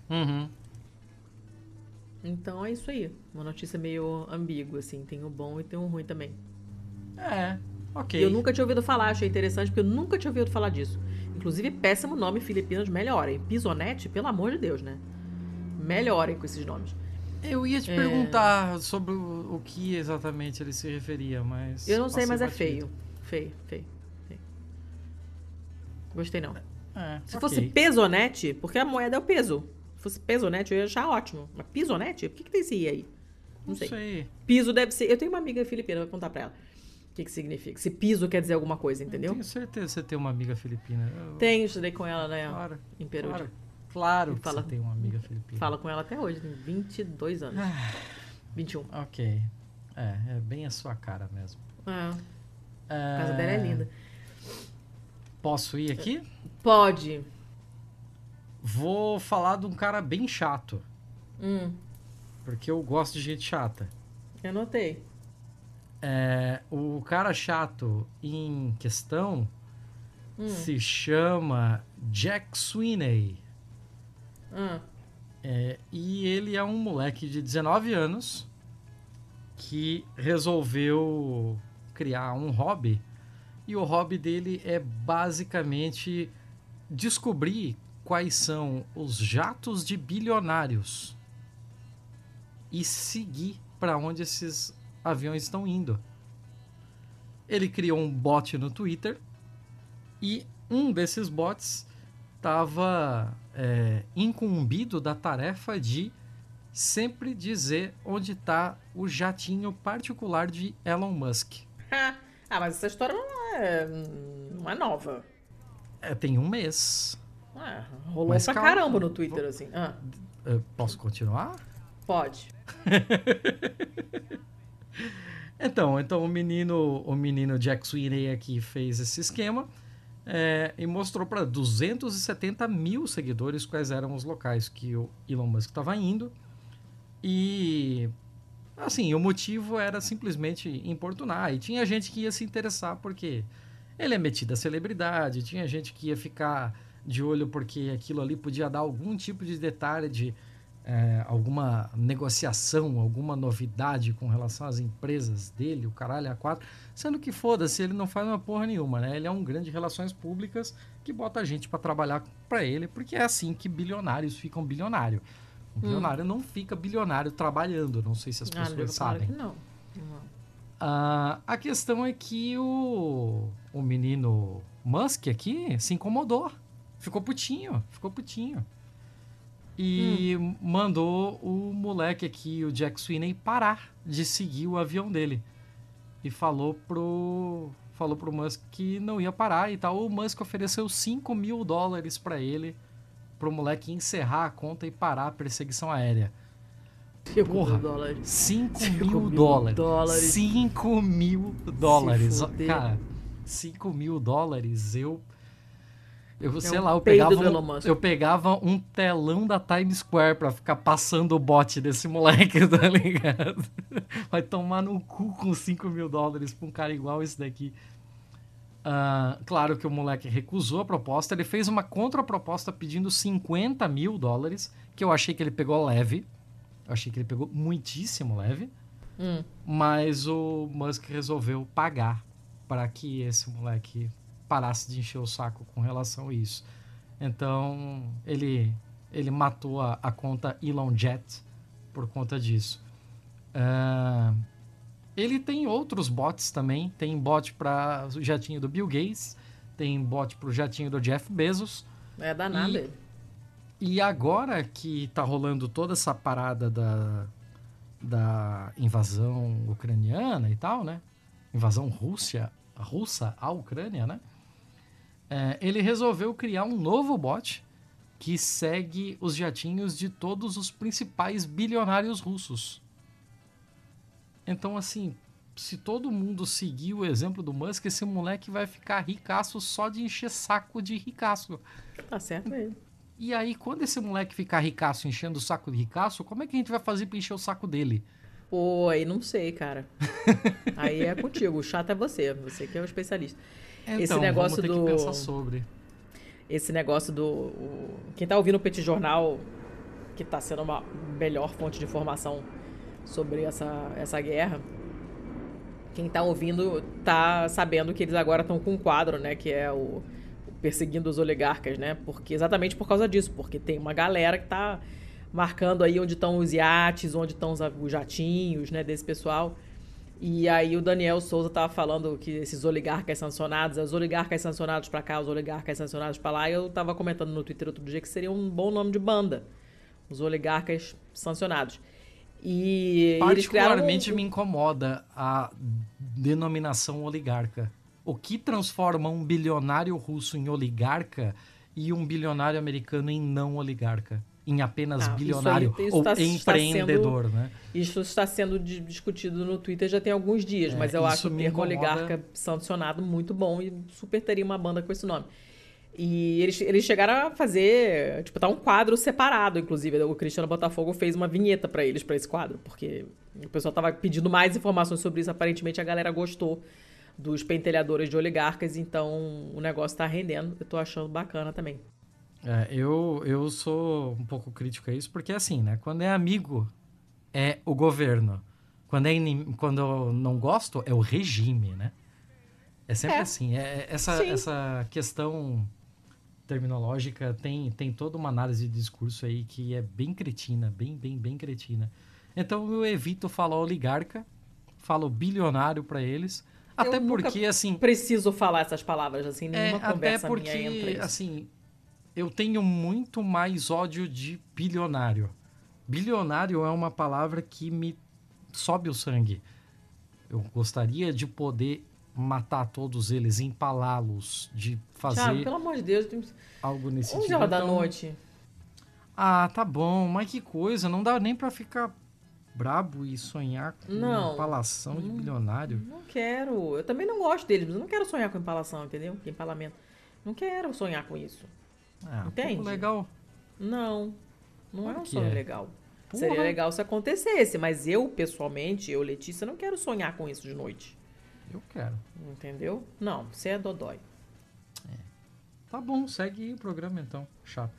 Então, é isso aí. Uma notícia meio ambígua, assim. Tem o bom e tem o ruim também. Ok. E eu nunca tinha ouvido falar, achei interessante, porque eu nunca tinha ouvido falar disso. Inclusive, péssimo nome, Filipinas, melhorem. Pisonet, pelo amor de Deus, né? Melhorem com esses nomes. Eu ia te perguntar sobre o que exatamente ele se referia, mas... Eu não sei, mas é feio. Feio. Gostei, não. Se fosse Pesonete, porque a moeda é o peso. Se fosse Pesonete, eu ia achar ótimo. Mas Pisonete? Por que tem esse I aí? Não sei. Piso deve ser... Eu tenho uma amiga filipina, vou perguntar pra ela o que significa. Se piso quer dizer alguma coisa, entendeu? Eu tenho certeza que você tem uma amiga filipina. Tenho, estudei com ela, né? Claro. Em Peru. Claro que você tem uma amiga filipina. Fala com ela até hoje, tem 22 anos. 21. Ok. É bem a sua cara mesmo. A casa dela é linda. Posso ir aqui? Pode. Vou falar de um cara bem chato. Porque eu gosto de gente chata. Eu notei. O cara chato em questão se chama Jack Sweeney. E ele é um moleque de 19 anos que resolveu criar um hobby. E o hobby dele é basicamente descobrir quais são os jatos de bilionários e seguir para onde esses aviões estão indo. Ele criou um bot no Twitter e um desses bots estava incumbido da tarefa de sempre dizer onde está o jatinho particular de Elon Musk. Mas essa história não é nova. Tem um mês. Rolou pra caramba no Twitter, assim. Posso continuar? Pode. Então o menino Jack Sweeney aqui fez esse esquema e mostrou para 270 mil seguidores quais eram os locais que o Elon Musk estava indo. E, assim, o motivo era simplesmente importunar. E tinha gente que ia se interessar porque ele é metido a celebridade, tinha gente que ia ficar de olho porque aquilo ali podia dar algum tipo de detalhe de alguma negociação, alguma novidade com relação às empresas dele, o caralho, a quatro. Sendo que, foda-se, ele não faz uma porra nenhuma, né? Ele é um grande relações públicas que bota gente pra trabalhar pra ele, porque é assim que bilionários ficam bilionários. O bilionário não fica bilionário trabalhando, não sei se as pessoas sabem. Claro que não. A questão é que o menino Musk aqui se incomodou. Ficou putinho. E mandou o moleque aqui, o Jack Sweeney, parar de seguir o avião dele. E falou pro Musk que não ia parar e tal. O Musk ofereceu $5.000 pra ele, pro moleque encerrar a conta e parar a perseguição aérea. Porra, $5.000. $5.000. Cara, $5.000, sei lá, eu pegava um telão da Times Square pra ficar passando o bot desse moleque, tá ligado? Vai tomar no cu com $5.000 pra um cara igual esse daqui. Claro que o moleque recusou a proposta, ele fez uma contraproposta pedindo $50.000, que eu achei que ele pegou leve. Eu achei que ele pegou muitíssimo leve. Mas o Musk resolveu pagar para que esse moleque parasse de encher o saco com relação a isso. Então, ele matou a conta ElonJet por conta disso. Ele tem outros bots também. Tem bot para o jatinho do Bill Gates, tem bot para o jatinho do Jeff Bezos. É danado. E agora que tá rolando toda essa parada da invasão ucraniana e tal, né? Invasão russa à Ucrânia, né? Ele resolveu criar um novo bot que segue os jatinhos de todos os principais bilionários russos. Então, assim, se todo mundo seguir o exemplo do Musk, esse moleque vai ficar ricaço só de encher saco de ricaço. Tá certo mesmo. E aí, quando esse moleque ficar ricaço, enchendo o saco de ricaço, como é que a gente vai fazer pra encher o saco dele? Pô, aí não sei, cara. Aí é contigo, o chato é você que é o especialista. Então, esse negócio vamos ter que pensar sobre. Esse negócio quem tá ouvindo o Petit Jornal, que tá sendo uma melhor fonte de informação sobre essa guerra, quem tá ouvindo tá sabendo que eles agora estão com um quadro, né, que é o perseguindo os oligarcas, né? Exatamente por causa disso, porque tem uma galera que tá marcando aí onde estão os iates, onde estão os jatinhos, né, desse pessoal. E aí o Daniel Souza tava falando que esses oligarcas sancionados, os oligarcas sancionados pra cá, os oligarcas sancionados pra lá, e eu tava comentando no Twitter outro dia que seria um bom nome de banda, os oligarcas sancionados. E particularmente me incomoda a denominação oligarca. O que transforma um bilionário russo em oligarca e um bilionário americano em não oligarca? Em apenas bilionário ou empreendedor, né? Isso está sendo discutido no Twitter já tem alguns dias, mas eu acho o termo oligarca sancionado muito bom e super teria uma banda com esse nome. E eles chegaram a fazer, tá um quadro separado, inclusive. O Cristiano Botafogo fez uma vinheta para eles, para esse quadro, porque o pessoal tava pedindo mais informações sobre isso. Aparentemente a galera gostou dos pentelhadores de oligarcas, então o negócio tá rendendo. Eu tô achando bacana também. Eu sou um pouco crítico a isso, porque assim, né? Quando é amigo, é o governo. Quando eu não gosto, é o regime, né? É sempre assim. Essa questão terminológica tem toda uma análise de discurso aí que é bem cretina, bem cretina. Então eu evito falar oligarca, falo bilionário para eles. Até porque, assim... preciso falar essas palavras, assim, nenhuma conversa minha entra isso. Assim, eu tenho muito mais ódio de bilionário. Bilionário é uma palavra que me sobe o sangue. Eu gostaria de poder matar todos eles, empalá-los, de fazer... Thiago, pelo amor de Deus, algo nesse sentido. 11 horas da noite. Ah, tá bom, mas que coisa, não dá nem pra ficar brabo e sonhar com empalação de bilionário. Não quero. Eu também não gosto deles, mas eu não quero sonhar com empalação, entendeu? Com empalamento. Não quero sonhar com isso. Entende? Um pouco legal. Não é um sonho legal. Porra. Seria legal se acontecesse, mas eu, pessoalmente, Letícia, não quero sonhar com isso de noite. Eu quero. Entendeu? Não, você é dodói. Tá bom, segue aí o programa então. Chato.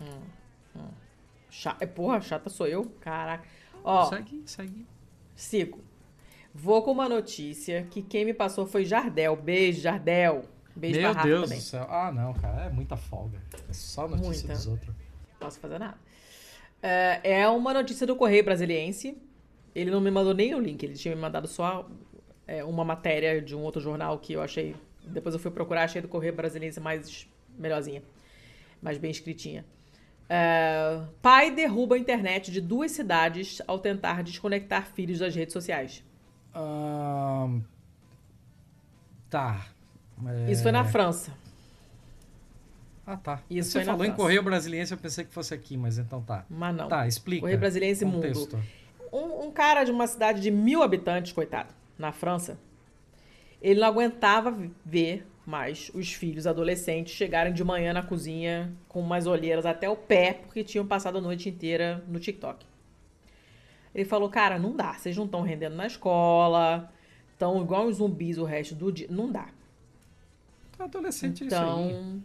Porra, chata sou eu? Caraca. Ó, segue. Sigo. Vou com uma notícia que quem me passou foi Jardel. Beijo, Jardel. Beijo pra Rafa também. Meu Deus do céu. Ah, não, cara. É muita folga. É só notícia dos outros. Não posso fazer nada. É uma notícia do Correio Brasiliense. Ele não me mandou nem o link. Ele tinha me mandado só uma matéria de um outro jornal que eu achei... Depois eu fui procurar, achei do Correio Brasiliense mais melhorzinha. Mais bem escritinha. Pai derruba a internet de 2 cidades ao tentar desconectar filhos das redes sociais. Tá. Isso foi na França. Tá. Isso Você foi na falou em França. Correio Brasiliense, eu pensei que fosse aqui, mas então tá. Mas não. Tá, explica. Correio Brasiliense contexto. Mundo. Um cara de uma cidade de 1.000 habitantes, coitado, na França, ele não aguentava ver mais os filhos adolescentes chegarem de manhã na cozinha com umas olheiras até o pé, porque tinham passado a noite inteira no TikTok. Ele falou, cara, não dá, vocês não estão rendendo na escola, estão igual uns zumbis o resto do dia, não dá. Adolescente Então, é isso aí.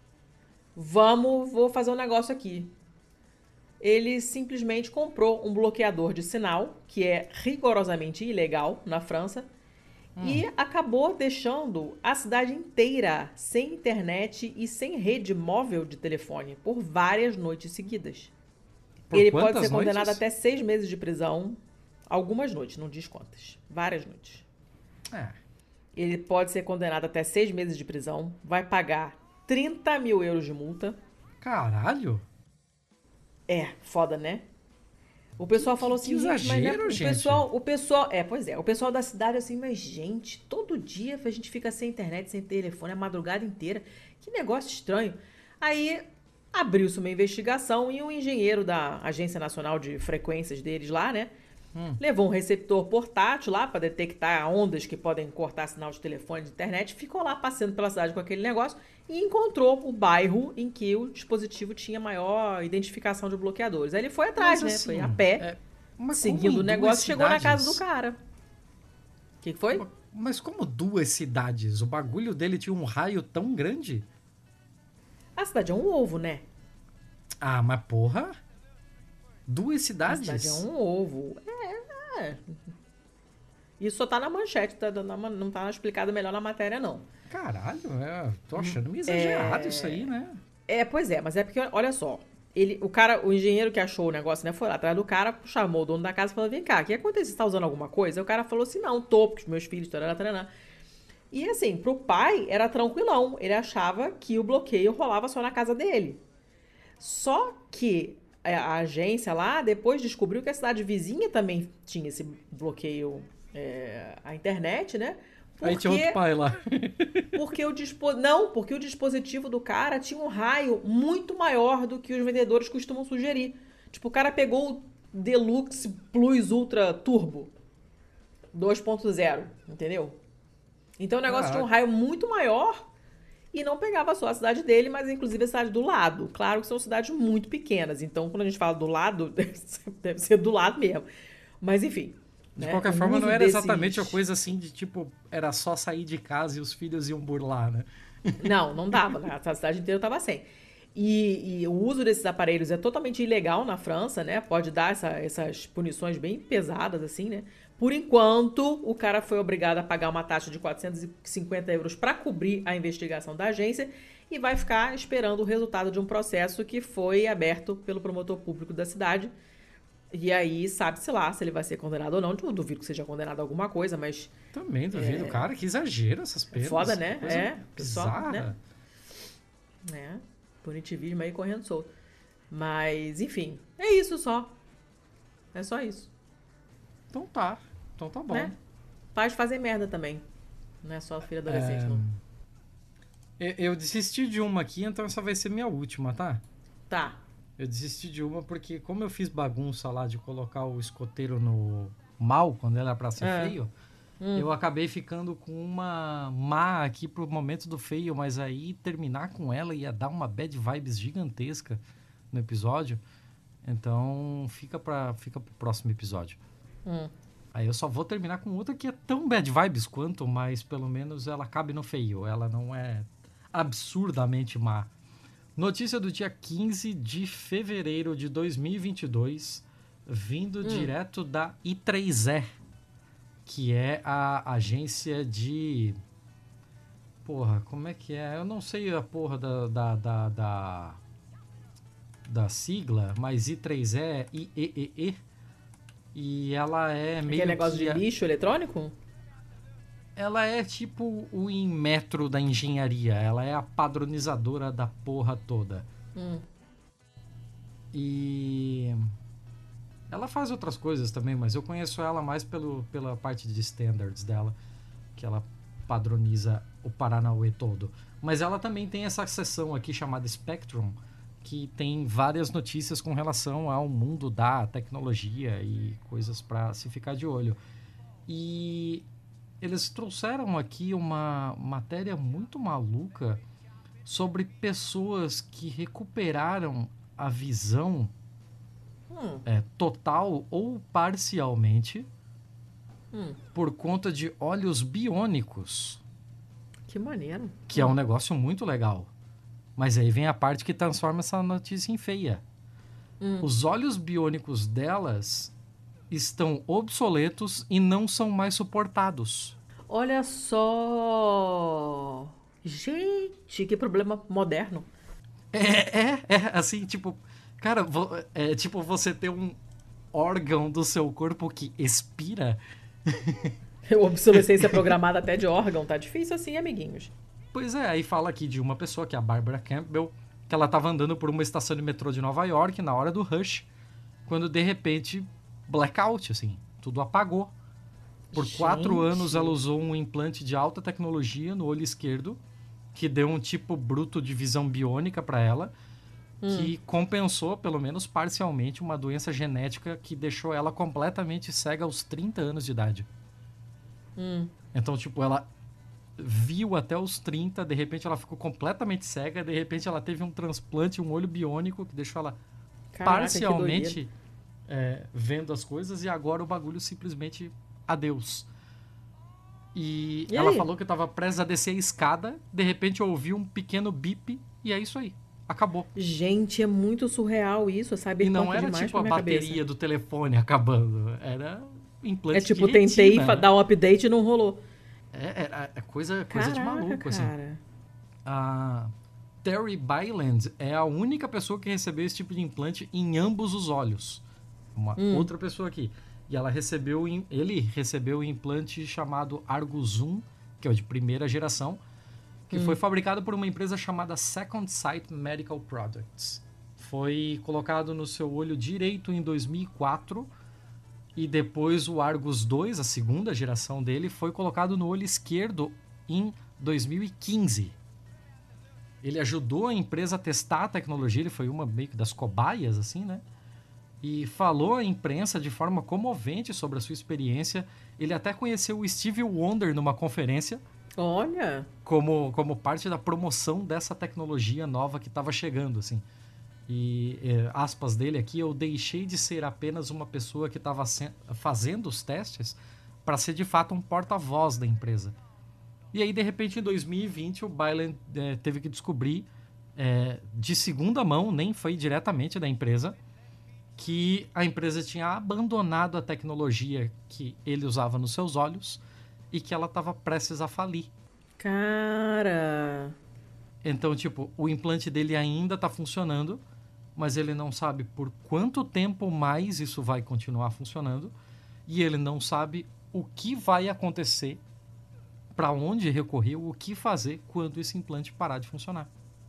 vou fazer um negócio aqui. Ele simplesmente comprou um bloqueador de sinal, que é rigorosamente ilegal na França, e acabou deixando a cidade inteira sem internet e sem rede móvel de telefone por várias noites seguidas. Ele pode ser condenado até 6 meses de prisão, algumas noites, não diz quantas, várias noites. Ele pode ser condenado até 6 meses de prisão, vai pagar 30 mil euros de multa. Caralho! Foda, né? O pessoal falou assim, que exagero, gente. O pessoal da cidade assim, mas gente, todo dia a gente fica sem internet, sem telefone, a madrugada inteira. Que negócio estranho. Aí abriu-se uma investigação e um engenheiro da Agência Nacional de Frequências deles lá, né? Levou um receptor portátil lá para detectar ondas que podem cortar sinal de telefone e de internet. Ficou lá passeando pela cidade com aquele negócio e encontrou o bairro em que o dispositivo tinha maior identificação de bloqueadores. Aí ele foi atrás, Mas, né? assim, Foi a pé, seguindo o negócio, chegou na casa do cara. O que foi? Mas como 2 cidades? O bagulho dele tinha um raio tão grande? A cidade é um ovo, né? Mas porra... 2 A cidades? cidade é um ovo. Isso só tá na manchete, não tá explicado melhor na matéria, não. Caralho, tô achando meio exagerado isso aí, né? Pois é, mas é porque, olha só, o engenheiro que achou o negócio, né, foi lá atrás do cara, chamou o dono da casa e falou, vem cá, o que aconteceu? Você tá usando alguma coisa? Aí o cara falou assim, não, tô, porque os meus filhos, tarará. E assim, pro pai era tranquilão, ele achava que o bloqueio rolava só na casa dele. Só que a agência lá depois descobriu que a cidade vizinha também tinha esse bloqueio à internet, né? Aí tinha outro pai lá. Porque o dispositivo do cara tinha um raio muito maior do que os vendedores costumam sugerir. Tipo, o cara pegou o Deluxe Plus Ultra Turbo 2.0, entendeu? Então o negócio tinha um raio muito maior e não pegava só a cidade dele, mas inclusive a cidade do lado. Claro que são cidades muito pequenas, então quando a gente fala do lado, deve ser do lado mesmo. Mas enfim. De qualquer forma, não era exatamente a coisa assim de tipo, era só sair de casa e os filhos iam burlar, né? Não dava, né? A cidade inteira estava sem. E o uso desses aparelhos é totalmente ilegal na França, né? Pode dar essas punições bem pesadas, assim, né? Por enquanto, o cara foi obrigado a pagar uma taxa de 450 euros para cobrir a investigação da agência e vai ficar esperando o resultado de um processo que foi aberto pelo promotor público da cidade. E aí, sabe-se lá se ele vai ser condenado ou não. Eu duvido que seja condenado a alguma coisa, mas... Também duvido. Cara, que exagero essas penas. Foda, né? Bizarra. Né? Punitivismo aí correndo solto. Mas, enfim, é isso só. É só isso. Então tá bom. Né? Pais fazem merda também. Não é só filho adolescente, não. Eu desisti de uma aqui, então essa vai ser minha última, tá? Tá. Eu desisti de uma porque como eu fiz bagunça lá de colocar o escoteiro no mal, quando era pra ser feio, eu acabei ficando com uma má aqui pro momento do feio, mas aí terminar com ela ia dar uma bad vibes gigantesca no episódio. Então fica pro próximo episódio. Aí eu só vou terminar com outra que é tão bad vibes quanto, mas pelo menos ela cabe no feio. Ela não é absurdamente má. Notícia do dia 15 de fevereiro de 2022, vindo direto da I3E, que é a agência de... Porra, como é que é? Eu não sei a porra da sigla, mas I3E é IEEE. E ela é meio Aquele negócio de lixo eletrônico? Ela é tipo o Inmetro da engenharia. Ela é a padronizadora da porra toda. E ela faz outras coisas também, mas eu conheço ela mais pela parte de standards dela, que ela padroniza o Paranauê todo. Mas ela também tem essa seção aqui chamada Spectrum, que tem várias notícias com relação ao mundo da tecnologia e coisas para se ficar de olho. E eles trouxeram aqui uma matéria muito maluca sobre pessoas que recuperaram a visão total ou parcialmente por conta de olhos biônicos. Que maneiro. Que é um negócio muito legal. Mas aí vem a parte que transforma essa notícia em feia. Os olhos biônicos delas estão obsoletos e não são mais suportados. Olha só! Gente, que problema moderno. Assim, tipo... Cara, é tipo você ter um órgão do seu corpo que expira. Obsolescência programada até de órgão, tá difícil assim, amiguinhos. Pois é, aí fala aqui de uma pessoa, que é a Barbara Campbell, que ela tava andando por uma estação de metrô de Nova York na hora do rush, quando de repente, blackout, assim, tudo apagou. Por 4 anos ela usou um implante de alta tecnologia no olho esquerdo, que deu um tipo bruto de visão biônica para ela, que compensou, pelo menos parcialmente, uma doença genética que deixou ela completamente cega aos 30 anos de idade. Então, tipo, ela viu até os 30, de repente ela ficou completamente cega, de repente ela teve um transplante, um olho biônico, que deixou ela parcialmente vendo as coisas, e agora o bagulho simplesmente adeus. E ela aí? falou que estava prestes a descer a escada, de repente ouviu um pequeno bip, e é isso aí. Acabou. Gente, é muito surreal isso, sabe? E não era tipo a bateria do telefone acabando, era implante de tipo, retina. tentei dar um update e não rolou. É coisa Caraca, de maluco, cara. assim. A Terry Byland é a única pessoa que recebeu esse tipo de implante em ambos os olhos. Uma outra pessoa aqui. E ele recebeu o implante chamado ArgoZoom, que é o de primeira geração, que foi fabricado por uma empresa chamada Second Sight Medical Products. Foi colocado no seu olho direito em 2004 e depois o Argus 2, a segunda geração dele, foi colocado no olho esquerdo em 2015. Ele ajudou a empresa a testar a tecnologia, ele foi uma meio que das cobaias, assim, né? E falou à imprensa de forma comovente sobre a sua experiência. Ele até conheceu o Stevie Wonder numa conferência. Olha! Como parte da promoção dessa tecnologia nova que estava chegando, assim. E, aspas dele aqui, eu deixei de ser apenas uma pessoa que estava fazendo os testes para ser, de fato, um porta-voz da empresa. E aí, de repente, em 2020, o Byland teve que descobrir, de segunda mão, nem foi diretamente da empresa, que a empresa tinha abandonado a tecnologia que ele usava nos seus olhos e que ela estava prestes a falir. Cara! Então, tipo, o implante dele ainda está funcionando, mas ele não sabe por quanto tempo mais isso vai continuar funcionando e ele não sabe o que vai acontecer, para onde recorrer, o que fazer quando esse implante parar de funcionar.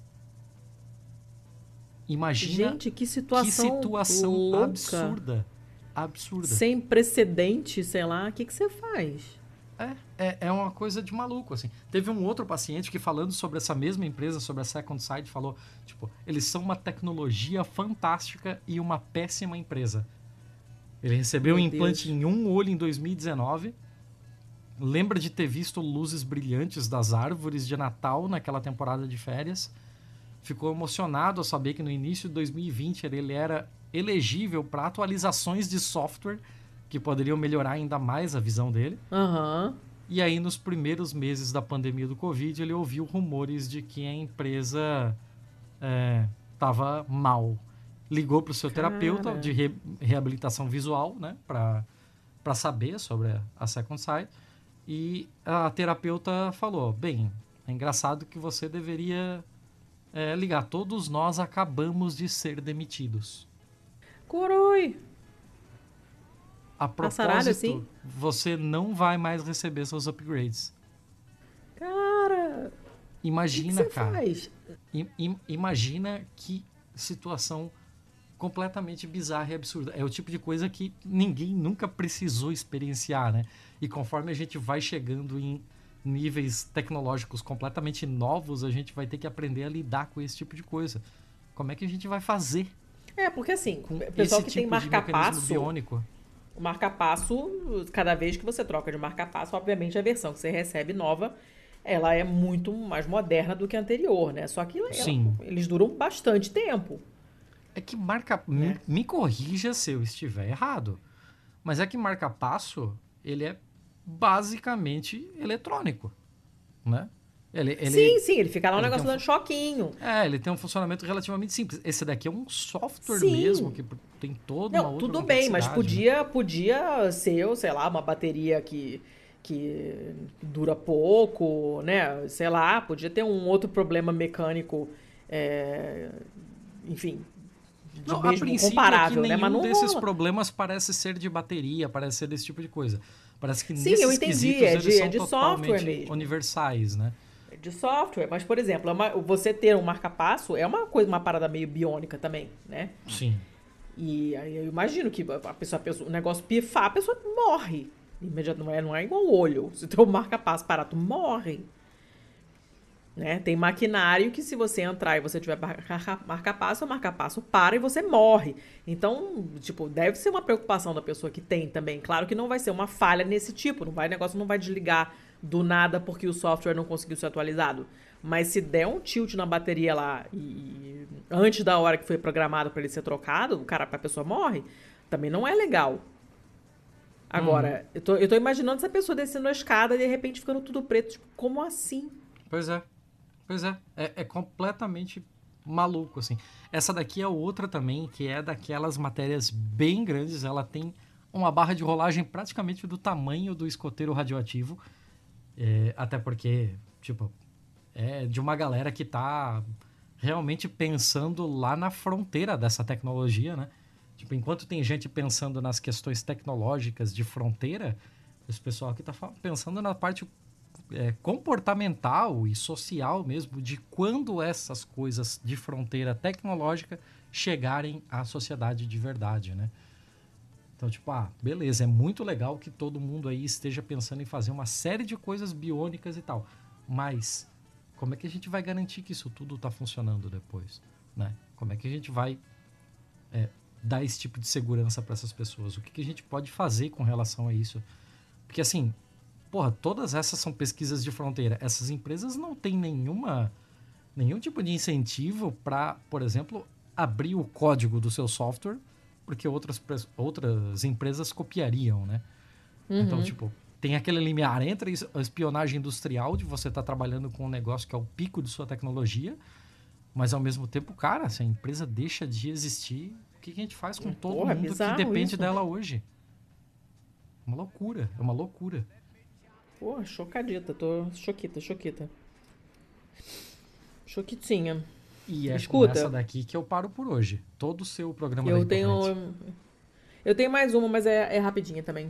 Imagina. Gente, que situação louca. Absurda. Sem precedente, sei lá. O que você faz? É uma coisa de maluco, assim. Teve um outro paciente que, falando sobre essa mesma empresa, sobre a Second Sight, falou, tipo, eles são uma tecnologia fantástica e uma péssima empresa. Ele recebeu um implante em um olho em 2019. Lembra de ter visto luzes brilhantes das árvores de Natal naquela temporada de férias. Ficou emocionado ao saber que no início de 2020 ele era elegível para atualizações de software que poderiam melhorar ainda mais a visão dele. E aí, nos primeiros meses da pandemia do Covid, ele ouviu rumores de que a empresa estava mal. Ligou para o seu terapeuta de reabilitação visual, né, para saber sobre a Second Sight. E a terapeuta falou, bem, é engraçado que você deveria ligar. Todos nós acabamos de ser demitidos. Coroi! a Passaralho, propósito, assim? você não vai mais receber seus upgrades. Cara, Imagina, você cara. faz? Imagina que situação completamente bizarra e absurda. É o tipo de coisa que ninguém nunca precisou experienciar, né? E conforme a gente vai chegando em níveis tecnológicos completamente novos, a gente vai ter que aprender a lidar com esse tipo de coisa. Como é que a gente vai fazer Porque assim, com o pessoal esse que tem tipo de mecanismo marca-passo, biônico? o marca-passo, cada vez que você troca de marca-passo, obviamente a versão que você recebe nova, ela é muito mais moderna do que a anterior, né? Só que Sim. eles duram bastante tempo. É que marca... Né? Me corrija se eu estiver errado, mas é que marca-passo, ele é basicamente eletrônico, né? Sim, ele fica lá um ele negócio tem dando choquinho. ele tem um funcionamento relativamente simples. Esse daqui é um software Sim. mesmo, que tem toda uma Não, outra tudo bem, mas complexidade, né? podia ser, sei lá, uma bateria que dura pouco, né? Sei lá, podia ter um outro problema mecânico, enfim, de Não, a mesmo princípio comparável, aqui né? Mas nenhum não desses rola. problemas parece ser de bateria, parece ser desse tipo de coisa. Parece que Sim, nesses eu entendi, quesitos eles são de software totalmente mesmo. universais, né? De software, mas, por exemplo, você ter um marca-passo é uma coisa, uma parada meio biônica também, né? Sim. E aí eu imagino que o negócio pifar, a pessoa morre. Imediatamente, não é igual o olho. Se o teu marca-passo parar, tu morre. Né? Tem maquinário que se você entrar e você tiver marca-passo, o marca-passo para e você morre. Então, tipo, deve ser uma preocupação da pessoa que tem também. Claro que não vai ser uma falha nesse tipo. O negócio não vai desligar do nada porque o software não conseguiu ser atualizado. Mas se der um tilt na bateria lá e antes da hora que foi programado para ele ser trocado, a pessoa morre, também não é legal. Agora, eu tô imaginando essa pessoa descendo a escada e de repente ficando tudo preto. Tipo, como assim? Pois é. É completamente maluco, assim. Essa daqui é outra também, que é daquelas matérias bem grandes. Ela tem uma barra de rolagem praticamente do tamanho do escoteiro radioativo. Até porque, tipo, é de uma galera que tá realmente pensando lá na fronteira dessa tecnologia, né? Tipo, enquanto tem gente pensando nas questões tecnológicas de fronteira, esse pessoal aqui tá pensando na parte comportamental e social mesmo, de quando essas coisas de fronteira tecnológica chegarem à sociedade de verdade, né? Então, tipo, beleza, é muito legal que todo mundo aí esteja pensando em fazer uma série de coisas biônicas e tal, mas como é que a gente vai garantir que isso tudo tá funcionando depois, né? Como é que a gente vai dar esse tipo de segurança para essas pessoas? O que a gente pode fazer com relação a isso? Porque, assim, todas essas são pesquisas de fronteira. Essas empresas não têm nenhum tipo de incentivo para, por exemplo, abrir o código do seu software, porque outras empresas copiariam, né? Então, tipo, tem aquele limiar entre a espionagem industrial, de você estar trabalhando com um negócio que é o pico de sua tecnologia, mas, ao mesmo tempo, cara, se a empresa deixa de existir, o que a gente faz com todo mundo que depende dela hoje? É uma loucura. Pô, chocadita, tô choquita. Choquitinha. E é Escuta, com essa daqui que eu paro por hoje. Todo o seu programa da eu internet. tenho mais uma, mas é rapidinha também.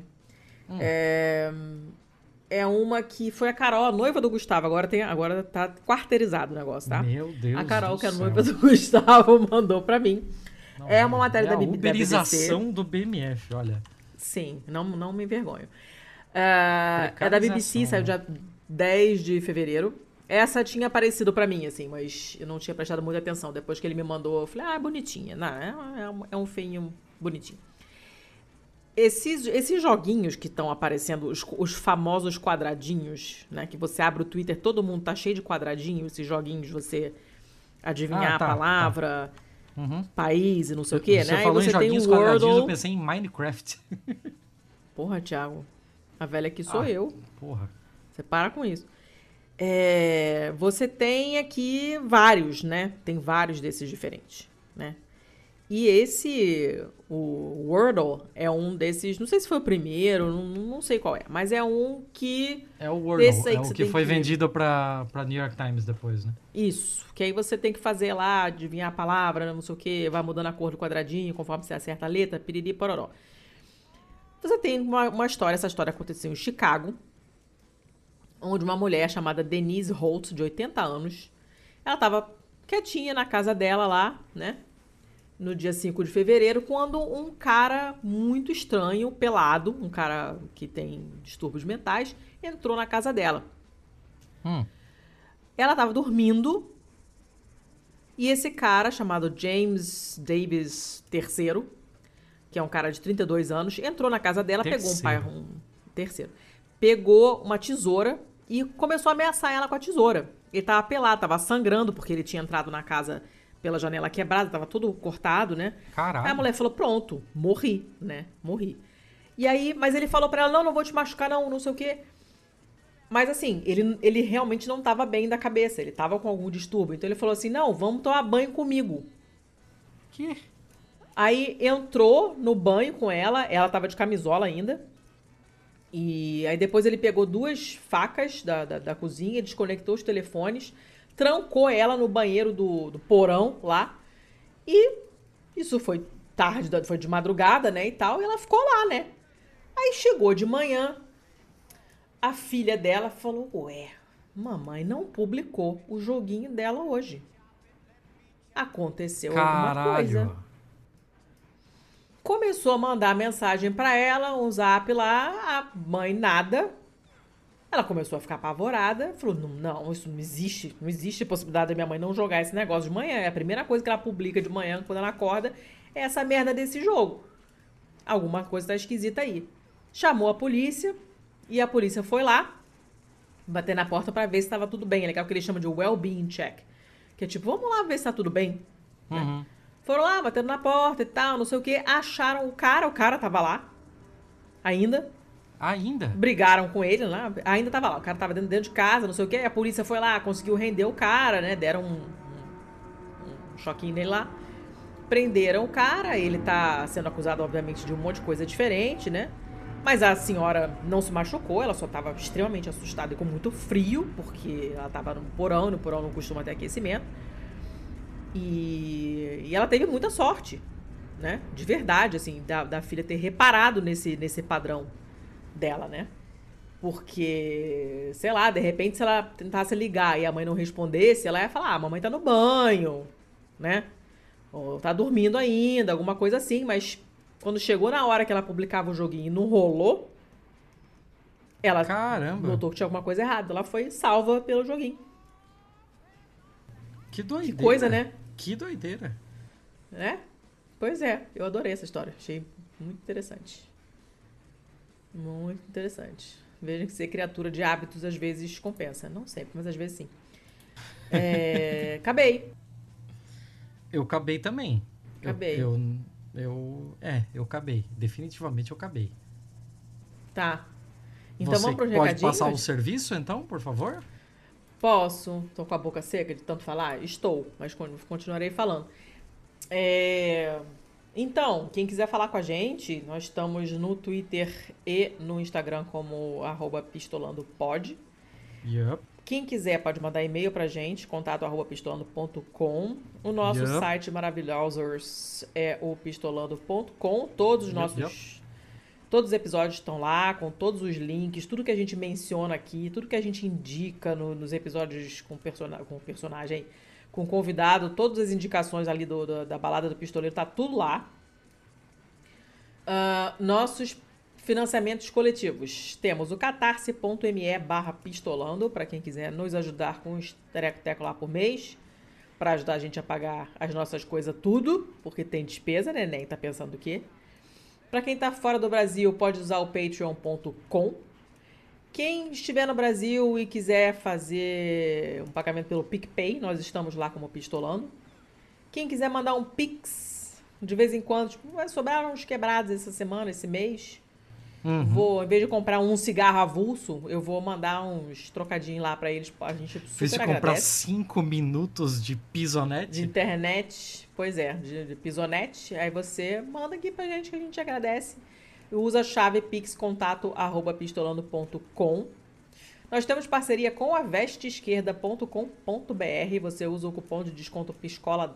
É uma que foi a Carol, a noiva do Gustavo. Agora tá quarteirizado o negócio, tá? Meu Deus A Carol, do que é a céu. noiva do Gustavo, mandou pra mim. Não, é uma matéria da a BBC. uberização do BMF, olha. Sim, não me envergonho. É da BBC, saiu dia 10 de fevereiro. Essa tinha aparecido pra mim, assim, mas eu não tinha prestado muita atenção. Depois que ele me mandou, eu falei, bonitinha. Não, é um feinho bonitinho. Esses joguinhos que estão aparecendo, os famosos quadradinhos, né? Que você abre o Twitter, todo mundo tá cheio de quadradinhos, esses joguinhos de você adivinhar a palavra, país e não sei o quê, né? Você falou aí você em joguinhos tem o quadradinhos, Wordle. eu pensei em Minecraft. Porra, Thiago, a velha que sou eu. Porra. Você para com isso. Você tem aqui vários, né? Tem vários desses diferentes, né? E o Wordle, é um desses, não sei se foi o primeiro, não sei qual é, mas é um que... É o Wordle, é o que foi vendido pra New York Times depois, né? Isso, que aí você tem que fazer lá, adivinhar a palavra, não sei o quê, vai mudando a cor do quadradinho conforme você acerta a letra, piriri, pororó. Você tem uma história, essa história aconteceu em Chicago, onde uma mulher chamada Denise Holtz, de 80 anos, ela estava quietinha na casa dela lá, né? No dia 5 de fevereiro, quando um cara muito estranho, pelado, um cara que tem distúrbios mentais, entrou na casa dela. Ela estava dormindo e esse cara, chamado James Davis III, que é um cara de 32 anos, entrou na casa dela, pegou uma tesoura e começou a ameaçar ela com a tesoura. Ele estava pelado, estava sangrando, porque ele tinha entrado na casa pela janela quebrada, tava tudo cortado, né? Caralho. Aí a mulher falou, pronto, morri, né? Morri. E aí, mas ele falou pra ela, não vou te machucar, não sei o quê. Mas assim, ele realmente não tava bem da cabeça, ele tava com algum distúrbio. Então ele falou assim, não, vamos tomar banho comigo. Que? Aí entrou no banho com ela tava de camisola ainda. E aí depois ele pegou 2 facas da cozinha, desconectou os telefones, trancou ela no banheiro do porão lá. E isso foi tarde, foi de madrugada, né, e tal. E ela ficou lá, né. Aí chegou de manhã, a filha dela falou, ué, mamãe não publicou o joguinho dela hoje. Aconteceu alguma coisa. Começou a mandar mensagem pra ela, um zap lá, a mãe nada. Ela começou a ficar apavorada, falou, não, isso não existe possibilidade da minha mãe não jogar esse negócio de manhã. É a primeira coisa que ela publica de manhã, quando ela acorda, é essa merda desse jogo. Alguma coisa tá esquisita aí. Chamou a polícia, e a polícia foi lá, bater na porta pra ver se tava tudo bem. É legal que eles chamam de well-being check. Que é tipo, vamos lá ver se tá tudo bem. Né? Foram lá, batendo na porta e tal, não sei o que. Acharam o cara tava lá. Ainda. Brigaram com ele lá, ainda tava lá. O cara tava dentro de casa, não sei o que. A polícia foi lá, conseguiu render o cara, né? Deram um choquinho nele lá. Prenderam o cara, ele tá sendo acusado, obviamente, de um monte de coisa diferente, né? Mas a senhora não se machucou, ela só tava extremamente assustada e com muito frio, porque ela tava no porão não costuma ter aquecimento. E ela teve muita sorte, né? De verdade, assim, da filha ter reparado nesse padrão dela, né? Porque, sei lá, de repente, se ela tentasse ligar e a mãe não respondesse, ela ia falar, a mamãe tá no banho, né? Ou tá dormindo ainda, alguma coisa assim, mas quando chegou na hora que ela publicava o joguinho e não rolou, ela notou que tinha alguma coisa errada. Ela foi salva pelo joguinho. Que doideira. Que coisa, né? Que doideira. É? Pois é, eu adorei essa história. Achei muito interessante. Muito interessante. Vejam que ser criatura de hábitos às vezes compensa. Não sempre, mas às vezes sim. Acabei. Eu acabei também. Acabei. Eu acabei. Definitivamente eu acabei. Tá. Então Você vamos pros pode recadinhos? passar o serviço, então, por favor? Posso. Tô com a boca seca de tanto falar? Estou, mas continuarei falando. Então, quem quiser falar com a gente, nós estamos no Twitter e no Instagram como @pistolandopod. Yep. Quem quiser pode mandar e-mail pra gente, contato@pistolando.com. O nosso site maravilhoso é o pistolando.com. Todos os episódios estão lá, com todos os links, tudo que a gente menciona aqui, tudo que a gente indica nos episódios com personagem, com convidado, todas as indicações ali da Balada do Pistoleiro, tá tudo lá. Nossos financiamentos coletivos. Temos o catarse.me/pistolando, para quem quiser nos ajudar com uns teco lá por mês, para ajudar a gente a pagar as nossas coisas tudo, porque tem despesa, né? Nem tá pensando o quê? Para quem tá fora do Brasil, pode usar o patreon.com. Quem estiver no Brasil e quiser fazer um pagamento pelo PicPay, nós estamos lá como Pistolando. Quem quiser mandar um Pix, de vez em quando, tipo, vai sobrar uns quebrados essa semana, esse mês. Em vez de comprar um cigarro avulso, eu vou mandar uns trocadinhos lá pra eles. A gente super Fez agradece. comprar 5 minutos de pisonete? De internet, pois é, de pisonete. Aí você manda aqui pra gente que a gente agradece. Usa a chave pixcontato@pistolando.com. Nós temos parceria com a vesteesquerda.com.br. Você usa o cupom de desconto Pistola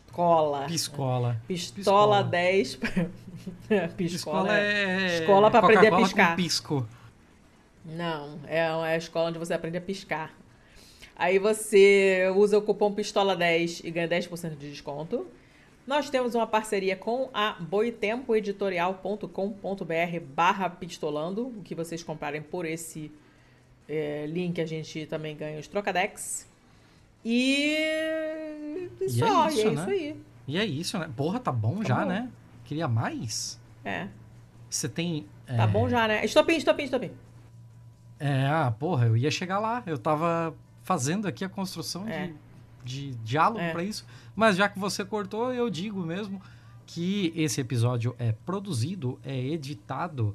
10. Pistola é escola para aprender a piscar. Com pisco. Não, é a escola onde você aprende a piscar. Aí você usa o cupom Pistola 10 e ganha 10% de desconto. Nós temos uma parceria com a boitempoeditorial.com.br/pistolando. O que vocês comprarem por esse link, a gente também ganha os trocadex. E só, e é isso aí. E é isso, né? Porra, tá bom já, né? Queria mais. Você tem... Tá bom já, né? Estopim. Porra, eu ia chegar lá. Eu tava fazendo aqui a construção de diálogo pra isso. Mas já que você cortou, eu digo mesmo que esse episódio é produzido, é editado,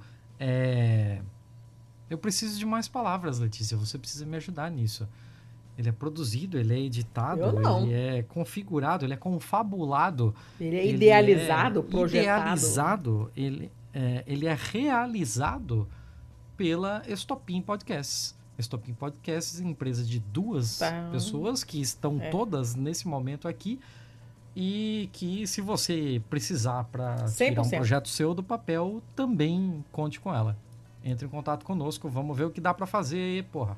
Eu preciso de mais palavras, Letícia. Você precisa me ajudar nisso. Ele é produzido, ele é editado, ele é configurado, ele é confabulado. Ele é idealizado, projetado. Idealizado, ele é realizado pela Estopim Podcasts. Estopim Podcasts, empresa de 2 pessoas que estão todas nesse momento aqui e que, se você precisar para tirar um projeto seu do papel, também conte com ela. Entre em contato conosco, vamos ver o que dá para fazer, porra.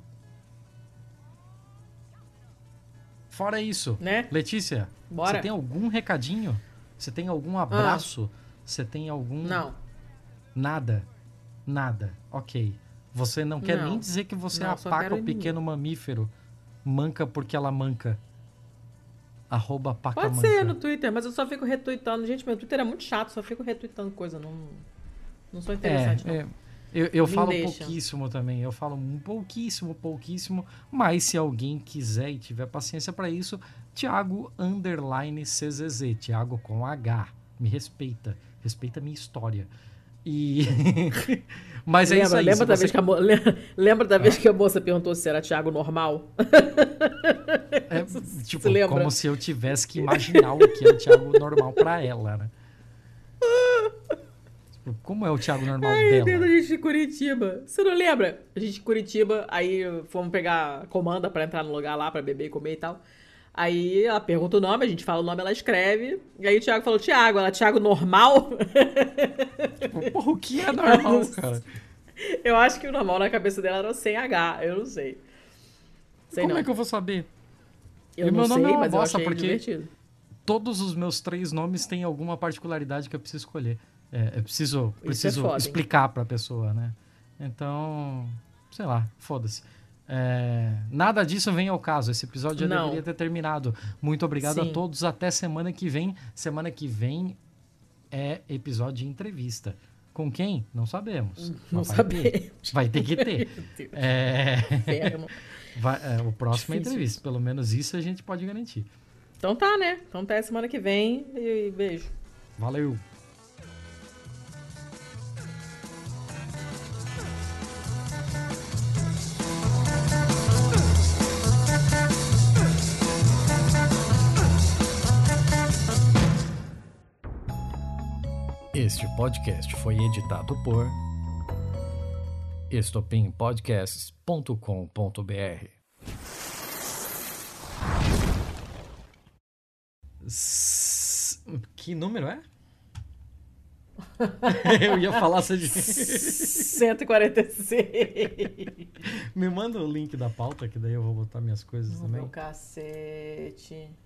Fora isso, né? Letícia, bora. Você tem algum recadinho? Você tem algum abraço? Você tem algum... Não. Nada. Ok. Você não quer nem dizer que você apaca o pequeno mamífero. Manca porque ela manca. @pacamanca. Pode ser no Twitter, mas eu só fico retweetando. Gente, meu Twitter é muito chato, só fico retweetando coisa. Não sou interessante, não. Eu falo pouquíssimo também. Eu falo pouquíssimo. Mas se alguém quiser e tiver paciência para isso, Thiago_CZZ. Thiago com H. Me respeita. Respeita a minha história. E... Mas é isso aí. Lembra da vez que a moça perguntou se era Thiago normal? Tipo, como se eu tivesse que imaginar o que é o Thiago normal para ela, né? Como é o Thiago normal dela? A gente de Curitiba. Você não lembra? A gente de Curitiba, aí fomos pegar comanda pra entrar no lugar lá, pra beber e comer e tal. Aí ela pergunta o nome, a gente fala o nome, ela escreve. E aí o Thiago falou, Thiago. Ela, Thiago normal? Tipo, porra, o que é normal, cara? Eu acho que o normal na cabeça dela era sem H, eu não sei. Como é que eu vou saber? Eu não sei, mas eu achei divertido. Todos os meus 3 nomes têm alguma particularidade que eu preciso escolher. Eu preciso explicar pra pessoa, né? Então, sei lá, foda-se. Nada disso vem ao caso. Esse episódio já deveria ter terminado. Muito obrigado a todos. Até semana que vem. Semana que vem é episódio de entrevista. Com quem? Não sabemos. Não sabemos. Vai ter que ter. O próximo é entrevista. Pelo menos isso a gente pode garantir. Então tá, né? Então até semana que vem e beijo. Valeu. Este podcast foi editado por estopimpodcasts.com.br. Que número é? Eu ia falar de 146. Me manda o link da pauta, que daí eu vou botar minhas coisas também. Meu cacete.